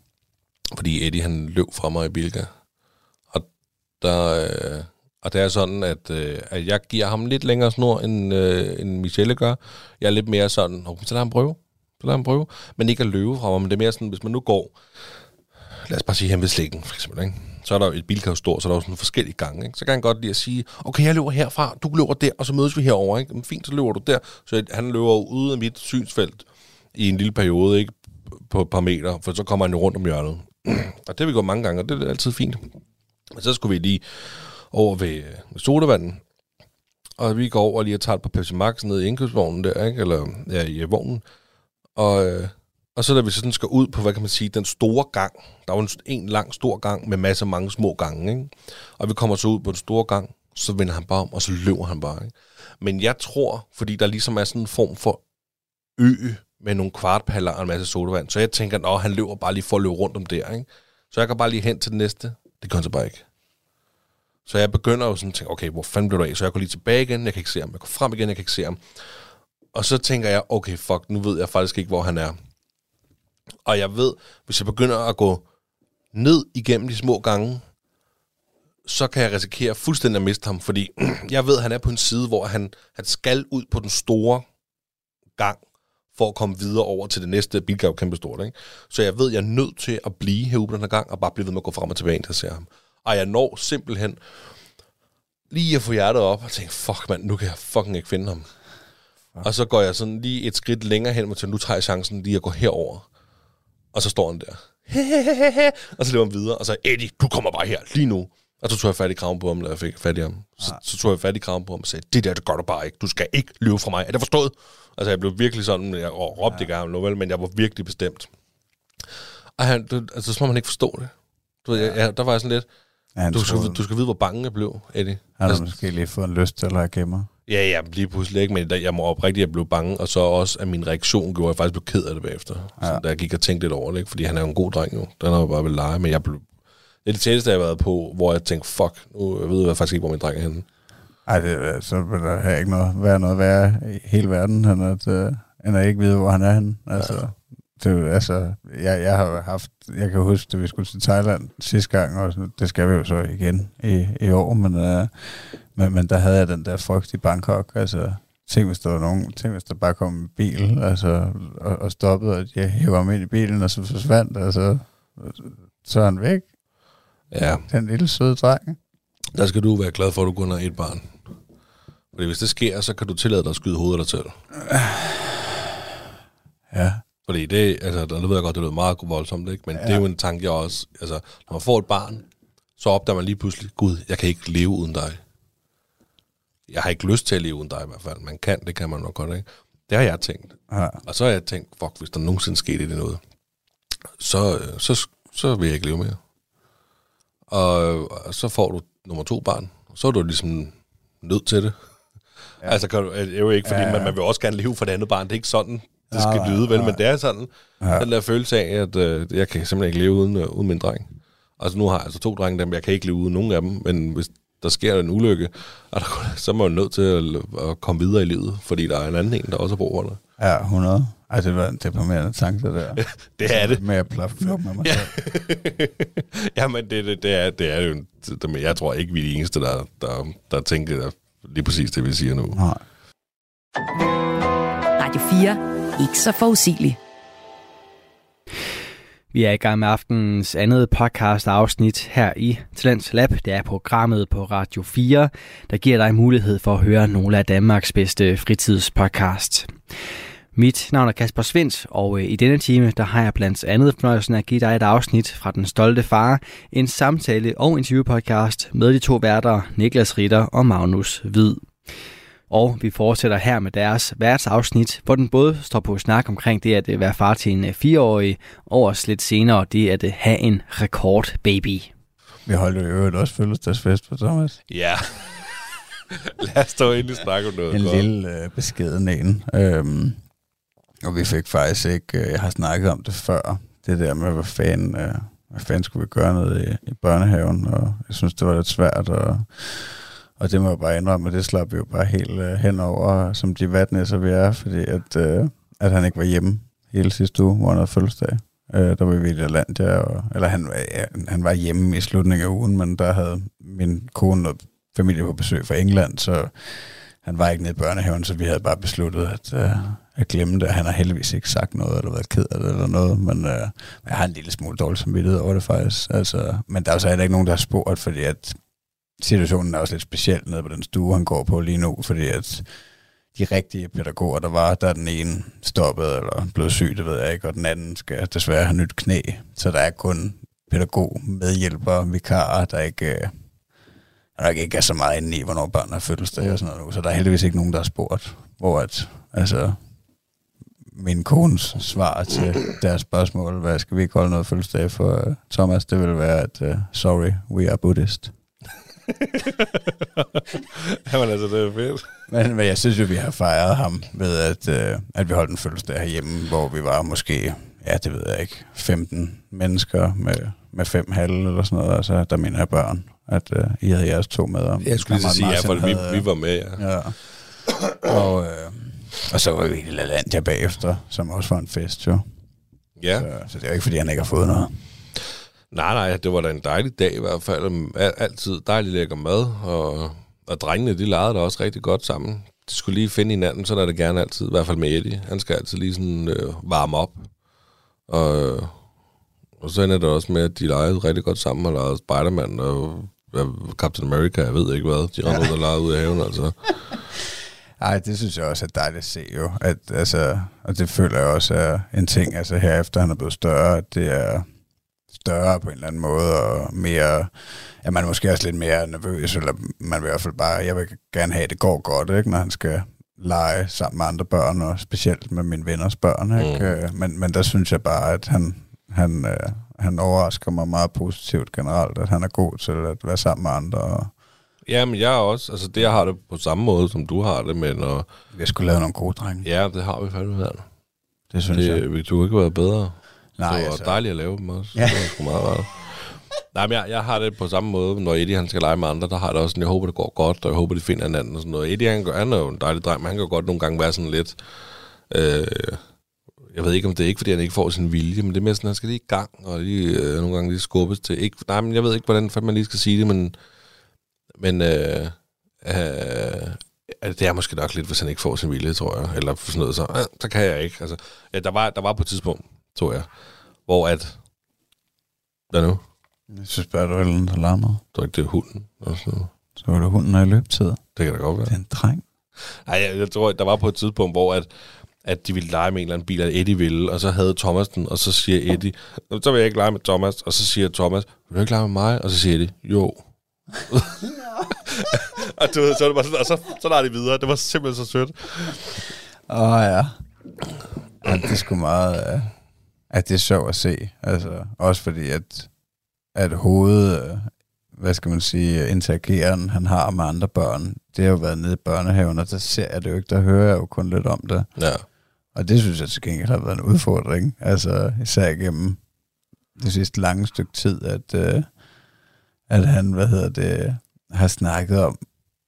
F: fordi Eddie, han løb fra mig i Bilka. Og der... Uh, Og det er sådan, at, øh, at jeg giver ham lidt længere snor, end, øh, end Michelle gør. Jeg er lidt mere sådan, så lad ham prøve. Så lad ham prøve. Men ikke at løbe fra mig, men det er mere sådan, hvis man nu går, lad os bare sige hen ved slægten, for eksempel, ikke? Så er der jo et bilkavstor, så er der jo sådan forskellige gange, ikke? Så kan han godt lide at sige, okay, jeg løber herfra, du løber der, og så mødes vi herover, ikke? Men fint, så løber du der. Så han løber ude af mit synsfelt i en lille periode, ikke? På et par meter, for så kommer han jo rundt om hjørnet. Og det har vi gået mange gange, og det er altid fint. Men så skulle vi lige over ved, ved sodavanden, og vi går over lige og tager et par Pepsi Max ned i indkøbsvognen der, ikke? Eller ja, i vognen. Og, øh, og så da vi sådan skal ud på, hvad kan man sige, den store gang. Der er jo en, en lang stor gang med masser af mange små gange, ikke? Og vi kommer så ud på den store gang, så vender han bare om, og så løber han bare, ikke? Men jeg tror, fordi der ligesom er sådan en form for ø med nogle kvartpaller og en masse sodavand, så jeg tænker, at han løber bare lige for at løbe rundt om der, ikke? Så jeg kan bare lige hen til det næste. Det gør han så bare ikke. Så jeg begynder jo sådan at tænke, okay, hvor fanden blev du af? Så jeg går lige tilbage igen, jeg kan ikke se ham. Jeg går frem igen, jeg kan ikke se ham. Og så tænker jeg, okay, fuck, nu ved jeg faktisk ikke, hvor han er. Og jeg ved, hvis jeg begynder at gå ned igennem de små gange, så kan jeg risikere fuldstændig at miste ham, fordi jeg ved, at han er på en side, hvor han, han skal ud på den store gang, for at komme videre over til det næste bilgave kæmpestort, ikke? Så jeg ved, at jeg er nødt til at blive herude på den her gang, og bare blive ved med at gå frem og tilbage, indtil jeg ser ham. Og jeg når simpelthen lige at få hjertet op, og tænker, fuck mand, nu kan jeg fucking ikke finde ham. Fuck. Og så går jeg sådan lige et skridt længere hen, og nu tager jeg chancen lige at gå herover. Og så står han der. Og så løber han videre, og så Eddie, du kommer bare her, lige nu. Og så tog jeg fat i kraven på ham, da jeg fik fat i ham. Så, så tog jeg fat i kraven på ham og sagde, det der, det gør du bare ikke. Du skal ikke løbe fra mig. Er det forstået? Altså, jeg blev virkelig sådan, jeg råbte ikke af ham nu, vel, men jeg var virkelig bestemt. Og han, det, altså, så må man ikke forstå det. Du ved, jeg, jeg, der var jeg sådan lidt, ja, du, skal, du skal vide, hvor bange jeg blev, Eddie.
G: Han har
F: altså,
G: måske lige fået en lyst til at gemme.
F: Ja, ja, lige pludselig ikke, men jeg må oprigtigt, jeg blev bange, og så også, at min reaktion gjorde, at jeg faktisk blev ked af det bagefter. Ja. Så da jeg gik og tænkte lidt over det, ikke? Fordi han er jo en god dreng jo. Den har jo bare vel lege, men jeg blev... Det er det tætteste, jeg har været på, hvor jeg tænkte, fuck, nu ved jeg faktisk ikke, hvor min dreng er henne.
G: Ej, det, så vil der have ikke noget, være noget værre i hele verden, end at, uh, end at ikke vide, hvor han er henne. Altså, det, altså, jeg, jeg har haft, jeg kan huske, at vi skulle til Thailand sidste gang, og det skal vi jo så igen i, i år, men, uh, men, men der havde jeg den der frygt i Bangkok, altså, tænk hvis der var nogen, tænk hvis der bare kom en bil, altså, og, og stoppede, og jeg hæver ham ind i bilen, og så forsvandt, altså, så er han væk.
F: Ja.
G: Den lille søde dreng.
F: Der skal du være glad for, at du kun har et barn. Fordi hvis det sker, så kan du tillade dig at skyde hovedet dig til.
G: Ja.
F: Fordi det, altså, der ved jeg godt, det lyder meget voldsomt, ikke? Men ja. Det er jo en tanke, jeg også, altså, når man får et barn, så opdager man lige pludselig, gud, jeg kan ikke leve uden dig. Jeg har ikke lyst til at leve uden dig i hvert fald. Man kan, det kan man nok godt, ikke? Det har jeg tænkt.
G: Ja.
F: Og så har jeg tænkt, fuck, hvis der nogensinde skete det noget, så, så, så vil jeg ikke leve mere. Og, og så får du nummer to barn, så er du ligesom nødt til det. Ja. Altså, kan du, det er jo ikke, fordi ja, ja. Man, man vil også gerne leve for det andet barn. Det er ikke sådan, det skal ja, lyde, vel? Ja. Men det er sådan, ja. Den der følelse af, at øh, jeg kan simpelthen ikke leve uden, øh, uden min dreng. Altså, nu har jeg altså to drenge, dem jeg kan ikke leve uden nogen af dem, men hvis der sker en ulykke, og der, så er man jo nødt til at, at komme videre i livet, fordi der er en anden en, der også har brug for det.
G: Ja, hundrede. Ej, det var en deprimerende tanke, det der.
F: Det er det.
G: Med at plaffe med mig selv.
F: Jamen, det, det, det, er, det er jo... Det, jeg tror ikke, vi er de eneste, der, der, der tænker lige præcis det, vi siger nu.
G: Nej.
B: Radio fire. Ikke så forudsigelig.
C: Vi er i gang med aftenens andet podcast-afsnit her i Talents Lab. Det er programmet på Radio fire, der giver dig mulighed for at høre nogle af Danmarks bedste fritidspodcast. Mit navn er Kasper Svindt, og i denne time der har jeg blandt andet fornøjelsen at give dig et afsnit fra Den Stolte Far, en samtale- og interviewpodcast med de to værter, Niklas Ritter og Magnus Hvid. Og vi fortsætter her med deres værtsafsnit, hvor den både står på snak omkring det at være far til en fireårig, og også lidt senere det at have en rekordbaby.
G: Vi holdt jo i øvrigt også fødselsdagsfest på Thomas.
F: Ja. Lad os dog endelig snakke om noget.
G: En
F: godt.
G: lille øh, beskeden en. Øhm, og vi fik faktisk ikke, øh, jeg har snakket om det før, det der med, hvad fanden, øh, hvad fanden skulle vi gøre noget i, i børnehaven, og jeg synes, det var lidt svært, og, og det må jeg bare indrømme, og det slap vi jo bare helt øh, henover, som de vatnæsser vi er, fordi at, øh, at han ikke var hjemme hele sidste uge, hvor han havde fødselsdag. Øh, der var vi i Irlandia, og, eller han, ja, han var hjemme i slutningen af ugen, men der havde min kone og familie på besøg fra England, så han var ikke nede i børnehaven, så vi havde bare besluttet at, øh, at glemme det. Han har heldigvis ikke sagt noget, eller været ked af det, eller noget, men øh, jeg har en lille smule dårlig samvittighed over det faktisk. Altså, men der er jo så heller ikke nogen, der har spurgt, fordi at situationen er også lidt speciel nede på den stue, han går på lige nu, fordi at de rigtige pædagoger, der var, der er den ene stoppet, eller blevet syg, det ved jeg ikke, og den anden skal desværre have nyt knæ, så der er kun pædagog, medhjælper, vikarer, der ikke... Øh, der ikke er så meget inde i, hvornår børn har fødselsdag og sådan noget nu, så der er heldigvis ikke nogen, der har spurgt, hvor at, altså, min kones svar til deres spørgsmål, hvad skal vi ikke holde noget fødselsdag for uh, Thomas, det vil være, at uh, sorry, we are Buddhist.
F: Jamen altså, det er fedt.
G: Men, men jeg synes jo, vi har fejret ham ved, at, uh, at vi holdt en fødselsdag herhjemme, hvor vi var måske, ja, det ved jeg ikke, femten mennesker med, med fem halve eller sådan noget, altså der mener jeg børn. At uh, I havde jeres to med om.
F: Jeg skulle lige sige, ja, for havde, vi, vi var med, ja.
G: ja. Og, øh, og så var vi i Lalandia bagefter, som også var en fest, jo.
F: Ja.
G: Så, så det er jo ikke, fordi han ikke har fået noget.
F: Nej, nej, det var da en dejlig dag i hvert fald. Altid dejlig lækker mad, og, og drengene, de legede da også rigtig godt sammen. De skulle lige finde hinanden, så er det gerne altid, i hvert fald med Eddie. Han skal altid lige sådan øh, varme op. Og, og så ender det også med, at de legede rigtig godt sammen, og legede Spider-Man og Captain America, jeg ved ikke hvad. De rendte ud og legede ud i haven, altså.
G: Ej, det synes jeg også er dejligt at se jo. At, altså, og det føler jeg også er en ting, altså herefter han er blevet større, at det er større på en eller anden måde, og mere, ja, man er måske også lidt mere nervøs, eller man vil i hvert fald bare, jeg vil gerne have, at det går godt, ikke, når han skal lege sammen med andre børn, og specielt med mine venners børn, ikke? Mm. Men, men der synes jeg bare, at han, han, øh, han overrasker mig meget positivt generelt, at han er god til at være sammen med andre. Og
F: ja, men jeg er også, altså det jeg har det på samme måde, som du har det, men og
G: vi skulle lave nogle gode drenge.
F: Ja, det har vi fandme været.
G: Det synes det, jeg.
F: Vi kunne ikke være bedre.
G: Nej,
F: det var
G: altså
F: dejligt at lave dem også.
G: Ja.
F: Det var sgu meget rart. Nej, men jeg, jeg har det på samme måde, når Eddie han skal lege med andre, der har det også sådan, jeg håber det går godt, og jeg håber de finder hinanden og sådan noget. Eddie han, gør, han er jo en dejlig dreng, men han kan godt nogle gange være sådan lidt, øh, jeg ved ikke, om det er ikke, fordi han ikke får sin vilje, men det er mere sådan, han skal lige i gang, og lige, øh, nogle gange lige skubbes til. Ikke, nej, men jeg ved ikke, hvordan man lige skal sige det, men, men øh, øh, det er måske nok lidt, hvis han ikke får sin vilje, tror jeg. Eller sådan noget, så, øh, så kan jeg ikke. Altså, ja, der, var, der var på et tidspunkt, tror jeg, hvor at... Hvad nu?
G: Jeg synes bare, du er lidt der larmer.
F: Det var ikke det hunden.
G: Så var det hunden, når jeg løbetid.
F: Det kan da godt være.
G: Det er en dreng.
F: Nej, jeg, jeg tror, der var på et tidspunkt, hvor at, at de ville lege med en eller anden bil, at Eddie ville, og så havde Thomas den, og så siger Eddie, så vil jeg ikke lege med Thomas, og så siger Thomas, vil du ikke lege med mig? Og så siger Eddie, jo. og, du ved, så, det var sådan, og så, så lader de videre. Det var simpelthen så sødt.
G: Åh oh, ja. ja. Det er sgu meget, uh, at det er sjovt at se. Altså, også fordi, at, at hovedet, uh, hvad skal man sige, interageren, han har med andre børn, det har jo været nede i børnehaven, og der ser jeg det jo ikke, der hører jeg jo kun lidt om det.
F: Ja.
G: Og det synes jeg til gengæld har været en udfordring, altså især igennem det sidste lange stykke tid, at, uh, at han, hvad hedder det, har snakket om,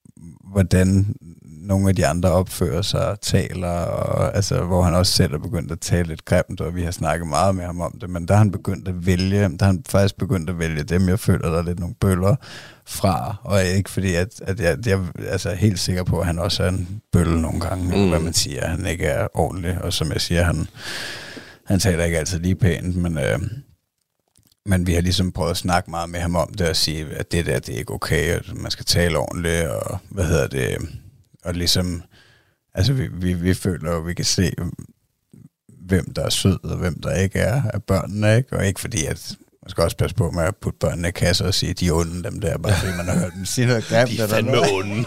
G: hvordan nogle af de andre opfører sig og taler, og, altså, hvor han også selv er begyndt at tale lidt grimt, og vi har snakket meget med ham om det, men der har han begyndt at vælge, der har han faktisk begyndt at vælge dem, jeg føler, der er lidt nogle bøller fra, og ikke fordi, at, at jeg, jeg altså, er helt sikker på, at han også er en bølle nogle gange, mm. hvad man siger, at han ikke er ordentlig, og som jeg siger, han, han taler ikke altid lige pænt, men, øh, men vi har ligesom prøvet at snakke meget med ham om det, og sige, at det der, det er ikke okay, at man skal tale ordentligt, og hvad hedder det, og ligesom, altså vi, vi, vi føler jo, at vi kan se, hvem der er sød, og hvem der ikke er af børnene, ikke? Og ikke fordi, at man skal også passe på med at putte børnene i kasser og sige, de er onde, dem der, bare fordi man har hørt dem sige noget grimt.
F: De er fandme onde.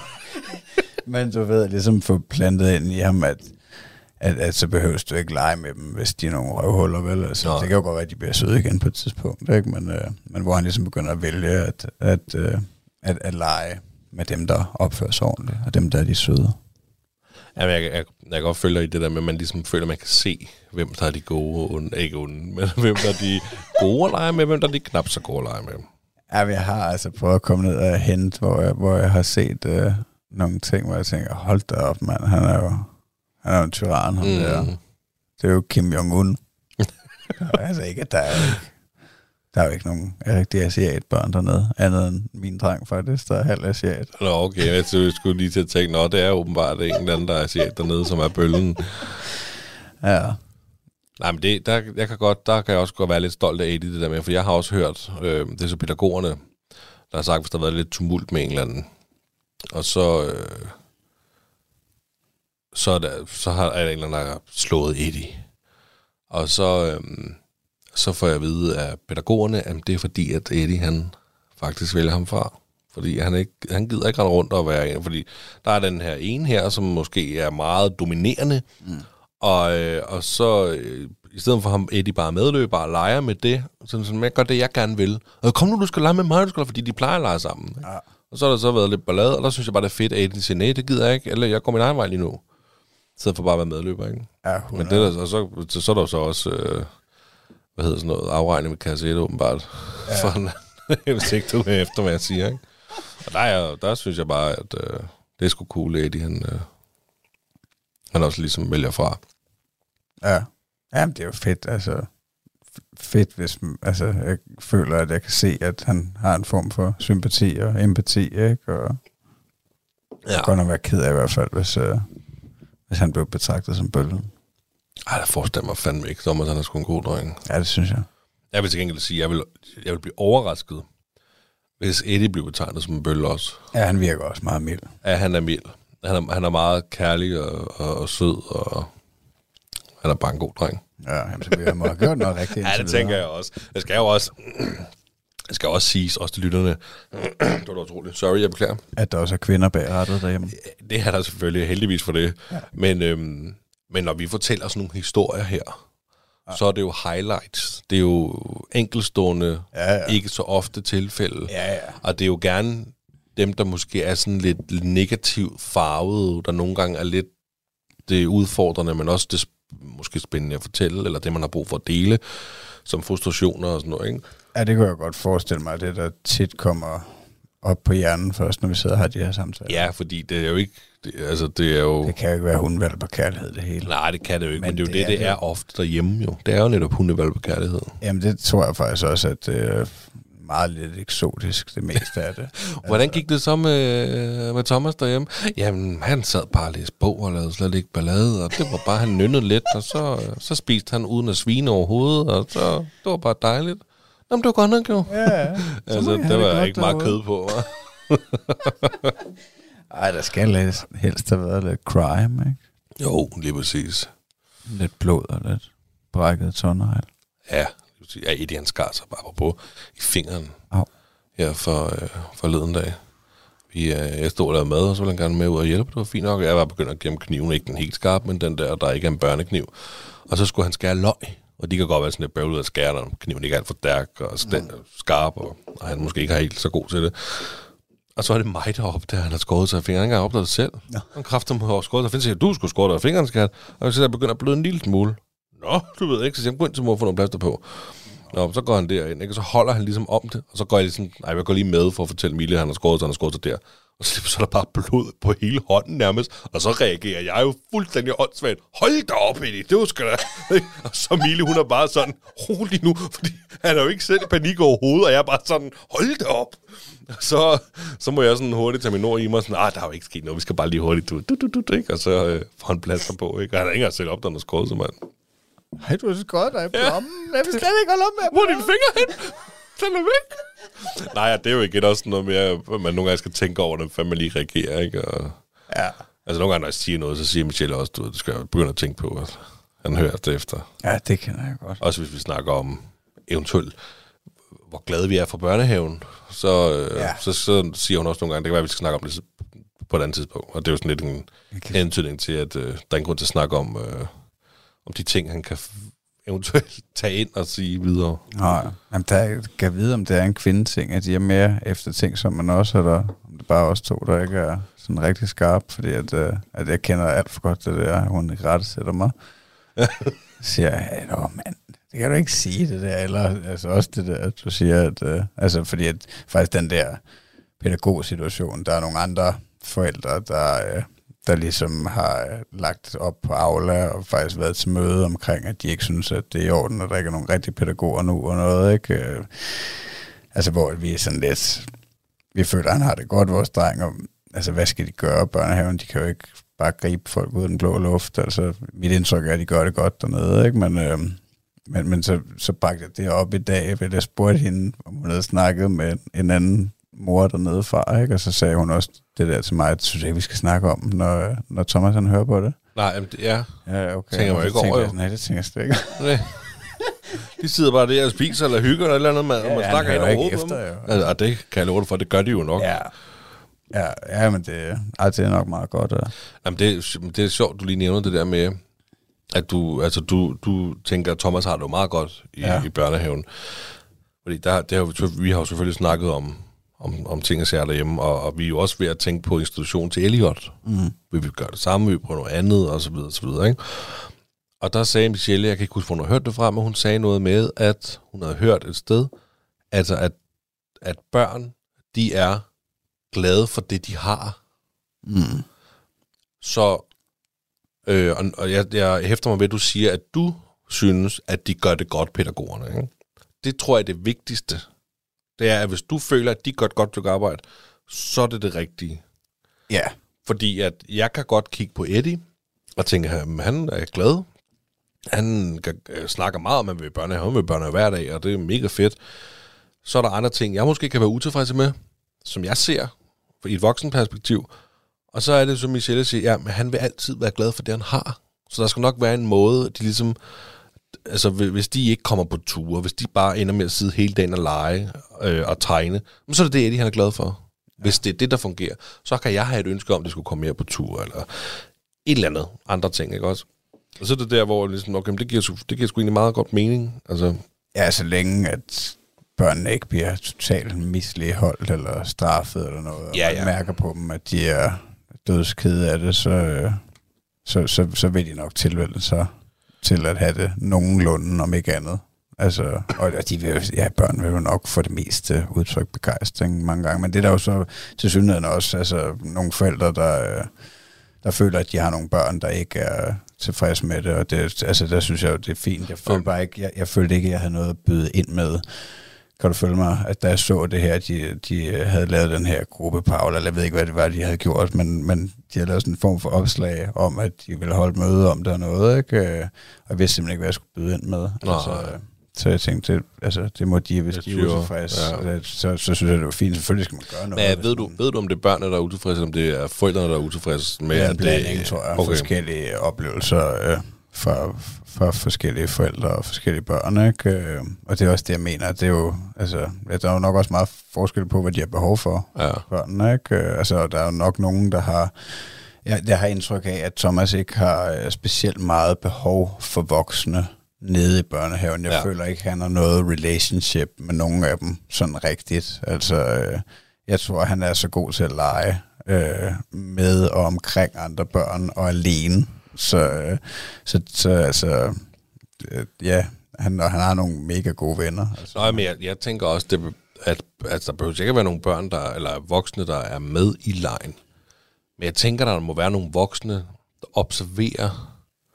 G: Men du ved, ligesom få plantet ind i ham, at, at, at så behøves du ikke lege med dem, hvis de er nogle røvhuller, vel? Altså, det kan jo godt være, at de bliver søde igen på et tidspunkt, ikke? Men, øh, men hvor han ligesom begynder at vælge at, at, øh, at, at lege med dem, der opfører sig ordentligt, og dem, der er de søde.
F: Ja, jeg, jeg, jeg kan godt følge i det der med, at man ligesom føler, at man kan se, hvem der er de gode og onde, ikke onde, men hvem der er de gode at lege med, hvem der er de knap så gode at lege med.
G: Ja, jeg har altså prøvet at komme ned og hente, hvor jeg, hvor jeg har set øh, nogle ting, hvor jeg tænker, hold da op, mand, han er jo, han er jo en tyran, ham mm. der. Det er jo Kim Jong-un. altså ikke, at der er ikke, der er jo ikke nogen rigtig asiatbørn dernede, andet end min dreng faktisk, der er halv asiat.
F: Nå, okay, jeg skulle lige til at tænke, nå, det er åbenbart en eller anden, der er asiat dernede, som er bøllen.
G: Ja.
F: Nej, men det, der, jeg kan godt, der kan jeg også godt være lidt stolt af Eddie, det der med, for jeg har også hørt, øh, det er så pædagogerne, der har sagt, hvis der har været lidt tumult med en eller anden, og så, øh, så, er der, så har er der en eller anden, der har slået Eddie. Og så, øh, så får jeg at vide af pædagogerne, at det er fordi, at Eddie, han faktisk vælger ham fra. Fordi han, ikke, han gider ikke rende rundt og være en. Fordi der er den her ene her, som måske er meget dominerende, mm. Og, øh, og så, øh, i stedet for ham, Eddie bare medløber og leger med det, sådan sådan, jeg gør det, jeg gerne vil. Og kom nu, du skal lege med mig, du skal, fordi de plejer at lege sammen. Ja. Og så har der så været lidt ballade, og der synes jeg bare, det er fedt, at Eddie siger, nej, det gider jeg ikke, eller jeg går min egen vej lige nu. Så for bare at være medløber, ikke?
G: Ja,
F: men det der, og så, så, så er der så også, øh, hvad hedder sådan noget, afregning med kasse et, åbenbart. Ja. For hvis ikke du er efter, hvad jeg siger, ikke? Og der, er, der synes jeg bare, at øh, det er sgu cool, Eddie, han, øh, han også ligesom vælger fra.
G: Ja, jamen det er jo fedt, altså fedt, hvis altså, jeg føler, at jeg kan se, at han har en form for sympati og empati, ikke? Og ja. Jeg kan godt være ked af i hvert fald, hvis, uh, hvis han blev betragtet som bølgen.
F: Ej, der forestiller mig fandme ikke, som at han er sgu en god dreng.
G: Ja, det synes jeg.
F: Jeg vil til gengæld sige, jeg vil, jeg vil blive overrasket, hvis Eddie bliver betegnet som en bølle også.
G: Ja, han virker også meget mild.
F: Ja, han er mild. Han er, han er meget kærlig og, og, og sød, og han er bare en god dreng.
G: Ja, jamen, så vi har meget gjort noget rigtigt.
F: Ja, det tænker jeg også. Det skal jo også, det skal også siges, også til lytterne. Det var da utroligt. Sorry, jeg beklager.
G: At der også er kvinder bag rettet derhjemme.
F: Det er der selvfølgelig, heldigvis for det. Ja. Men, øhm, men når vi fortæller sådan nogle historier her, ja. Så er det jo highlights. Det er jo enkeltstående, ja, ja. Ikke så ofte tilfælde.
G: Ja, ja.
F: Og det er jo gerne dem, der måske er sådan lidt, lidt negativt farvede, der nogle gange er lidt det udfordrende, men også det måske spændende at fortælle, eller det, man har brug for at dele, som frustrationer og sådan noget, ikke?
G: Ja, det kan jeg godt forestille mig, det der tit kommer op på hjernen først, når vi sidder og har de her samtaler.
F: Ja, fordi det er jo ikke... Det, altså, det er jo...
G: Det kan jo ikke være hundevalg og kærlighed, det hele.
F: Nej, det kan det jo ikke, men, men det er jo det,
G: det,
F: det
G: er,
F: er ofte derhjemme jo. Det er jo netop hundevalg og kærlighed.
G: Jamen, det tror jeg faktisk også, at det er meget lidt eksotisk, det meste af det.
F: Hvordan gik det så med, med Thomas derhjemme? Jamen, han sad bare og læste bog og lavede slet ikke ballade, og det var bare, han nynnede lidt, og så, så spiste han uden at svine overhovedet, og så det var bare dejligt. Jamen, det var godt nok jo.
G: Ja, ja.
F: Altså, der var ikke meget kød på, hva'?
G: Ej, der skal helst have været lidt crime, ikke?
F: Jo, lige præcis.
G: Lidt blod og lidt brækket tårnegl.
F: Ja, ja, Eddie han skar sig bare på i fingeren
G: oh.
F: her for, øh, forleden dag. Vi, øh, jeg stod og lavede mad, og så ville han gerne med ud og hjælpe. Det var fint nok. Jeg var begyndt at gemme kniven, ikke den helt skarp, men den der, der ikke er en børnekniv. Og så skulle han skære løg, og de kan godt være sådan lidt bøvlet at skære, når kniven ikke er alt for stærk og sten- mm. skarp, og, og han måske ikke er helt så god til det. Og så er det mig deroppe, der han har skåret sig af fingeren. Han har ikke opdaget det selv. Ja. Han kræfter mig over skåret sig af fingeren, du skulle skåret dig af fingeren, skat. Og så der begynder at bløde en lille smule. Nå, du ved ikke, så jeg går ind til mor og får nogle plaster på. Nå, så går han derind, ikke? Og så holder han ligesom om det, og så går jeg ligesom, nej, jeg går lige med for at fortælle Mille, at han har skåret sig, han har skåret sig der. Og så, så er der bare blod på hele hånden nærmest, og så reagerer jeg jo fuldstændig åndssvagt. Hold da op, Eddie, det var sgu da. Og så Mille, hun er bare sådan, rolig nu, fordi han er jo ikke selv i panik overhovedet, og jeg er bare sådan, hold da op. Så, så må jeg sådan hurtigt tage min ord i mig, og sådan, ah, der er jo ikke sket noget, vi skal bare lige hurtigt, du, du, du, du, ikke? Og så øh, får han plaster på, ikke? Og han har ikke engang selv op, der han har skåret sig, mand.
G: Hej, du har skåret dig i blommen. Ja. Jeg vil slet ikke holde op med.
F: Hvor er dine fingre hen? Den er væk. Nej, det er jo ikke også noget mere, man nogle gange skal tænke over, hvordan man lige reagerer, ikke? Og,
G: ja.
F: Altså nogle gange, når jeg siger noget, så siger Michelle også, du, du skal begynde at tænke på, at han hører det efter.
G: Ja, det kender jeg godt.
F: Også hvis vi snakker om eventuelt, hvor glade vi er for børnehaven, så, ja. så, så siger hun også nogle gange, det kan være, at vi skal snakke om det på et andet tidspunkt. Og det er jo sådan lidt en okay. antydning til, at uh, der er en grund til at snakke om, uh, om de ting, han kan eventuelt tage ind og sige videre.
G: Nå, jamen, der kan vide, om det er en kvindeting, at de er mere efter ting, som man også, eller om det bare også to, der ikke er sådan rigtig skarp, fordi at, uh, at jeg kender alt for godt det der, hun ikke rette sætter mig. Så siger jeg, nå mand, det kan du ikke sige det der, eller altså også det der, at du siger, at, uh, altså fordi at faktisk den der pædagogsituation, der er nogle andre forældre, der, uh, der ligesom har lagt op på Aula og faktisk været til møde omkring, at de ikke synes, at det er i orden, og der ikke er nogen rigtige pædagoger nu og noget, ikke? Uh, altså hvor vi er sådan lidt, vi føler, at han har det godt, vores dreng, og altså hvad skal de gøre? Børnehaven, de kan jo ikke bare gribe folk ud af den blå luft. Altså, mit indtryk er, at de gør det godt dernede, ikke? Men, øh, men, men så, så bragte jeg det op i dag, fordi jeg spurgte hende, om hun havde snakket med en anden mor dernede fra, ikke? Og så sagde hun også det der til mig, at synes jeg ikke, vi skal snakke om, når, når Thomas han hører på det.
F: Nej, men det, ja.
G: Ja, okay.
F: Tænker man ikke over, jo.
G: Nej, det tænker jeg slet ikke.
F: Nej. De sidder bare der og spiser, eller hygger, eller eller andet, man, ja, og man snakker ind over efter, jo. Altså, og det kan jeg love dig for, det gør de jo nok.
G: Ja. Ja, ja, men det, altså, det er nok meget godt. Ja.
F: Jamen, det, det er sjovt, du lige nævner det der med, at du, altså, du, du tænker, at Thomas har det jo meget godt i, ja. i børnehaven. Fordi der, der har vi, vi har jo selvfølgelig snakket om, om, om ting og sager derhjemme, og, og vi er jo også ved at tænke på institution til Elliot. Mm. Vi vil gøre det samme, vi vil prøve noget andet, og så videre, og så videre, ikke? Og der sagde Michelle, jeg kan ikke huske, hvor hun har hørt det fra, men hun sagde noget med, at hun havde hørt et sted, altså at, at børn, de er glade for det, de har. Mm. Så, øh, og, og jeg, jeg hæfter mig ved, at du siger, at du synes, at de gør det godt, pædagogerne. Ikke? Det tror jeg er det vigtigste. Det er, at hvis du føler, at de gør et godt stykke arbejde, så er det det rigtige.
G: Ja. Yeah.
F: Fordi at jeg kan godt kigge på Eddie, og tænke, at han er glad. Han snakker meget om, at han vil børnehave, han vil børnehave hver dag, og det er mega fedt. Så er der andre ting, jeg måske kan være utilfredse med, som jeg ser i et voksenperspektiv. Og så er det, som Michelle siger, ja, men han vil altid være glad for det, han har. Så der skal nok være en måde, de ligesom, altså hvis de ikke kommer på ture, hvis de bare ender med at sidde hele dagen og lege øh, og tegne, så er det det, Eddie han er glad for. Ja. Hvis det er det, der fungerer, så kan jeg have et ønske om, at det skulle komme mere på ture, eller et eller andet, andre ting, ikke også? Og så er det der, hvor ligesom, okay, det giver, det giver sgu egentlig meget godt mening. Altså.
G: Ja, så længe at børnene ikke bliver totalt misligholdt eller straffet eller noget,
F: ja,
G: og man
F: ja.
G: mærker på dem, at de er dødskede af det, så, så, så, så vil de nok tilvælge sig til at have det nogenlunde, om ikke andet, Altså, og de vil, ja, børn vil jo nok for det meste udtrykke begejstring mange gange, men det er der jo så til synligheden også altså, nogle forældre, der, der føler, at de har nogle børn, der ikke er tilfredse med det, og det, altså, der synes jeg jo, det er fint. Jeg følte bare ikke, jeg, jeg følte ikke, at jeg havde noget at byde ind med. Kan du følge mig, at da jeg så det her, de, de havde lavet den her gruppe, Paula, eller jeg ved ikke, hvad det var, de havde gjort, men, men de havde lavet sådan en form for opslag om, at de ville holde møde om det og noget, ikke? Og jeg vidste simpelthen ikke, hvad jeg skulle byde ind med. Altså, så jeg tænkte, det, altså, det må de, hvis de er utilfredse, ja. så, så synes jeg, det var fint. Selvfølgelig skal man gøre noget.
F: Men ved du, ved du, om det er børnene, der er utilfredse, eller om det er forældrene, der er utilfredse med?
G: Ja, en blanding, det, tror jeg. Okay. Forskellige oplevelser øh, fra, fra forskellige forældre og forskellige børn, ikke? Og det er også det, jeg mener. Det er jo, altså, der er jo nok også meget forskel på, hvad de har behov for, ja. Børnene, ikke? Altså, der er jo nok nogen, der har... Ja, jeg har indtryk af, at Thomas ikke har specielt meget behov for voksne nede i børnehaven. Jeg ja. føler ikke, at han har noget relationship med nogen af dem sådan rigtigt. Altså, øh, jeg tror, han er så god til at lege øh, med og omkring andre børn og alene. Så, øh, så, så altså, øh, ja, han, og han har nogle mega gode venner. Altså.
F: Nå, men jeg, jeg tænker også, det, at, at der behøver ikke være nogle børn, der, eller voksne, der er med i legen. Men jeg tænker, der må være nogle voksne, der observerer,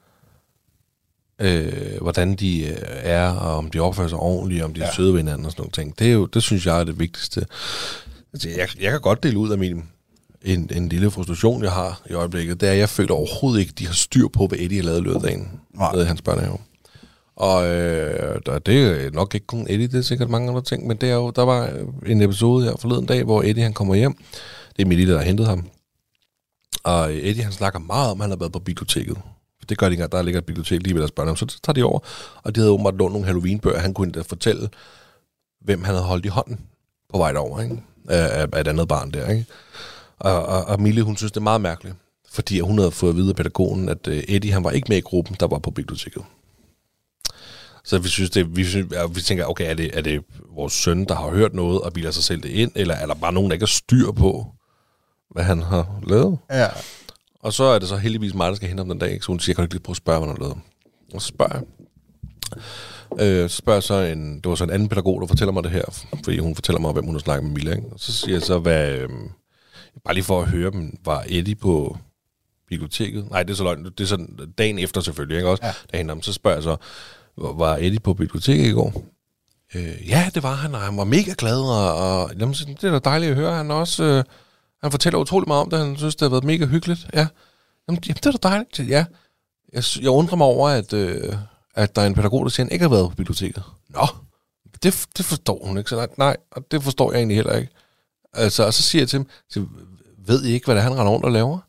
F: Øh, hvordan de øh, er, og om de opfører sig ordentligt, om de er ja. søde ved hinanden og sådan nogle ting. Det, er jo, det synes jeg er det vigtigste. Altså, jeg, jeg kan godt dele ud af min en, en lille frustration, jeg har i øjeblikket. Det er, at jeg føler overhovedet ikke, de har styr på, hvad Eddie har lavet i løbet af dagen med hans børnehave. Og øh, der, det er nok ikke kun Eddie, det er sikkert mange andre ting, men det er jo, der var en episode her forleden dag, hvor Eddie han kommer hjem. Det er Melilla, der har hentet ham. Og Eddie han snakker meget om, at han har været på biblioteket. Det gør de ikke, der ligger et bibliotek lige ved deres børnehjem. Så tager de over, og de havde åbenbart lånt nogle Halloween-bøger. Han kunne fortælle, hvem han havde holdt i hånden på vej derover, ikke? Af, af et andet barn der, ikke? Og, og, og Mille, hun synes, det er meget mærkeligt, fordi hun havde fået at vide af pædagogen, at Eddie, han var ikke med i gruppen, der var på biblioteket. Så vi synes, det, vi, synes, vi tænker, okay, er det, er det vores søn, der har hørt noget og bilder sig selv det ind, eller er der bare nogen, der ikke har styr på, hvad han har lavet?
G: Ja.
F: Og så er det så heldigvis mig, der skal hente om den dag, ikke? Så hun siger, kan du ikke lige prøve at spørge, hvad han har lavet? Og så spørger jeg. Øh, så spørger jeg så en, det var så en anden pædagog, der fortæller mig det her, fordi hun fortæller mig, hvem hun har snakket med Mille, ikke? Og så siger jeg så, hvad, øh, bare lige for at høre dem, var Eddie på biblioteket? Nej, det er så løgn, det er sådan dagen efter selvfølgelig, ikke også? Ja. Derhen, så spørger jeg så, var Eddie på biblioteket i går? Øh, ja, det var han, og han var mega glad, og, og jamen, det er da dejligt at høre, han også... Øh, Han fortæller utrolig meget om det. Han synes, det har været mega hyggeligt. Ja. Jamen, det er da dejligt. Ja. Jeg, jeg undrer mig over, at, øh, at der er en pædagog, der siger, at han ikke har været på biblioteket. Nå, det, det forstår hun ikke. Så nej, nej, det forstår jeg egentlig heller ikke. Altså, og så siger jeg til ham, så, ved I ikke, hvad det er, han render rundt og laver?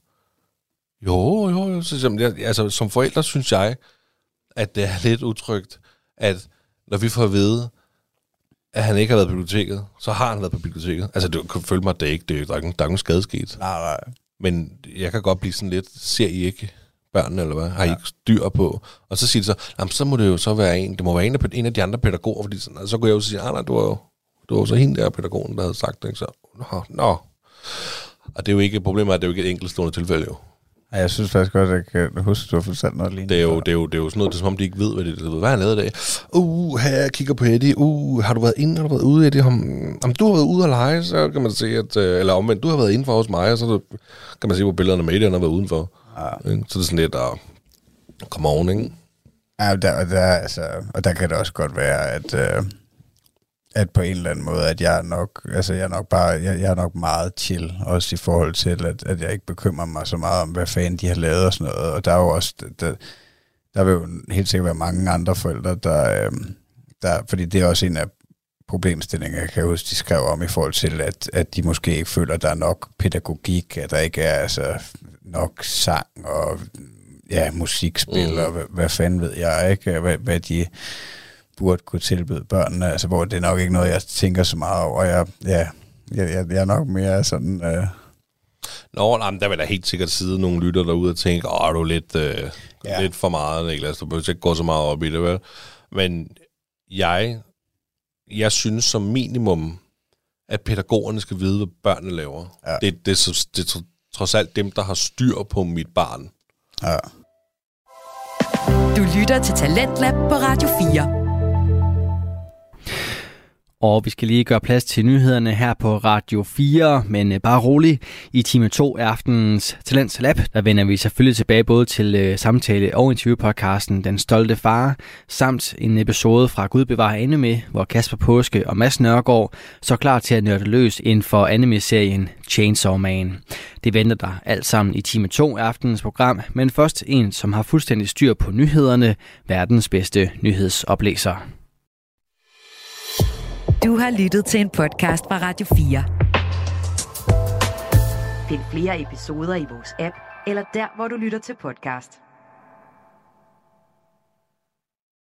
F: Jo, jo, jo. Så, jeg, altså, som forældre synes jeg, at det er lidt utrygt, at når vi får at vide, at han ikke har været på biblioteket, så har han været på biblioteket. Altså, du kan følge mig, at det ikke, det er, der er ikke nogen skadesket.
G: Nej, nej.
F: Men jeg kan godt blive sådan lidt, ser I ikke børnene, eller hvad? Har I ja. ikke styr på? Og så siger de så, jamen, så må det jo så være en, det må være en af, en af de andre pædagoger, fordi sådan, altså, så kunne jeg jo sige, ah, nej, du var jo, du var jo så hende der pædagogen, der havde sagt det, ikke? Så, nå, nå. Og det er jo ikke et problem, at det er jo ikke et enkeltstående tilfælde, jo.
G: Ja, jeg synes faktisk godt, at jeg kan huske, at du har fortalt noget lignende.
F: Det er jo, det er jo, det er jo sådan noget, det er, som om de ikke ved, hvad det er. Hvad har han lavet i dag? Uh, her jeg kigger på Eddie. Uh, har du været inde, har du været ude, Eddie? Om, om du har været ude at lege, så kan man se, at... Eller omvendt, du har været indenfor hos mig, og så kan man se på billederne med Eddie, han har været udenfor. Ja. Så det er sådan lidt, at come on, ikke?
G: Ja, og der, der, altså, og der kan det også godt være, at... Øh at på en eller anden måde, at jeg er nok, altså jeg er nok bare, jeg, jeg er nok meget chill, også i forhold til, at, at jeg ikke bekymrer mig så meget om, hvad fanden de har lavet og sådan noget. Og der er jo også, der, der vil jo helt sikkert være mange andre forældre, der, øhm, der, fordi det er også en af problemstillingerne, jeg kan huske, de skrev om i forhold til, at, at de måske ikke føler, at der er nok pædagogik, at der ikke er altså nok sang og ja, musikspil, mm. og hvad, hvad fanden ved jeg, ikke? Hvad, hvad de burde kunne tilbyde børnene, altså hvor det er nok ikke noget, jeg tænker så meget over. Jeg, ja, jeg, jeg, jeg er nok mere sådan... Øh...
F: Nå, nej, der vil der helt sikkert sidde nogle lytter derude og tænke, åh, du er lidt, øh, ja. lidt for meget, Niklas, du behøver ikke gå så meget op i det, vel? Men jeg, jeg synes som minimum, at pædagogerne skal vide, hvad børnene laver. Ja. Det, det, det, det er trods alt dem, der har styr på mit barn.
G: Ja.
B: Du lytter til Talentlab på Radio fire.
C: Og vi skal lige gøre plads til nyhederne her på Radio fire, men bare rolig. I time to af aftenens Talents Lab, der vender vi selvfølgelig tilbage både til øh, samtale- og interviewpodcasten Den Stolte Far, samt en episode fra Gud bevare anime, hvor Kasper Påske og Mads Nørgaard så klar til at nørde løs inden for anime-serien Chainsaw Man. Det venter der alt sammen i time to af aftenens program, men først en, som har fuldstændig styr på nyhederne, verdens bedste nyhedsoplæser.
B: Du har lyttet til en podcast fra Radio fire. Find flere episoder i vores app, eller der, hvor du lytter til podcast.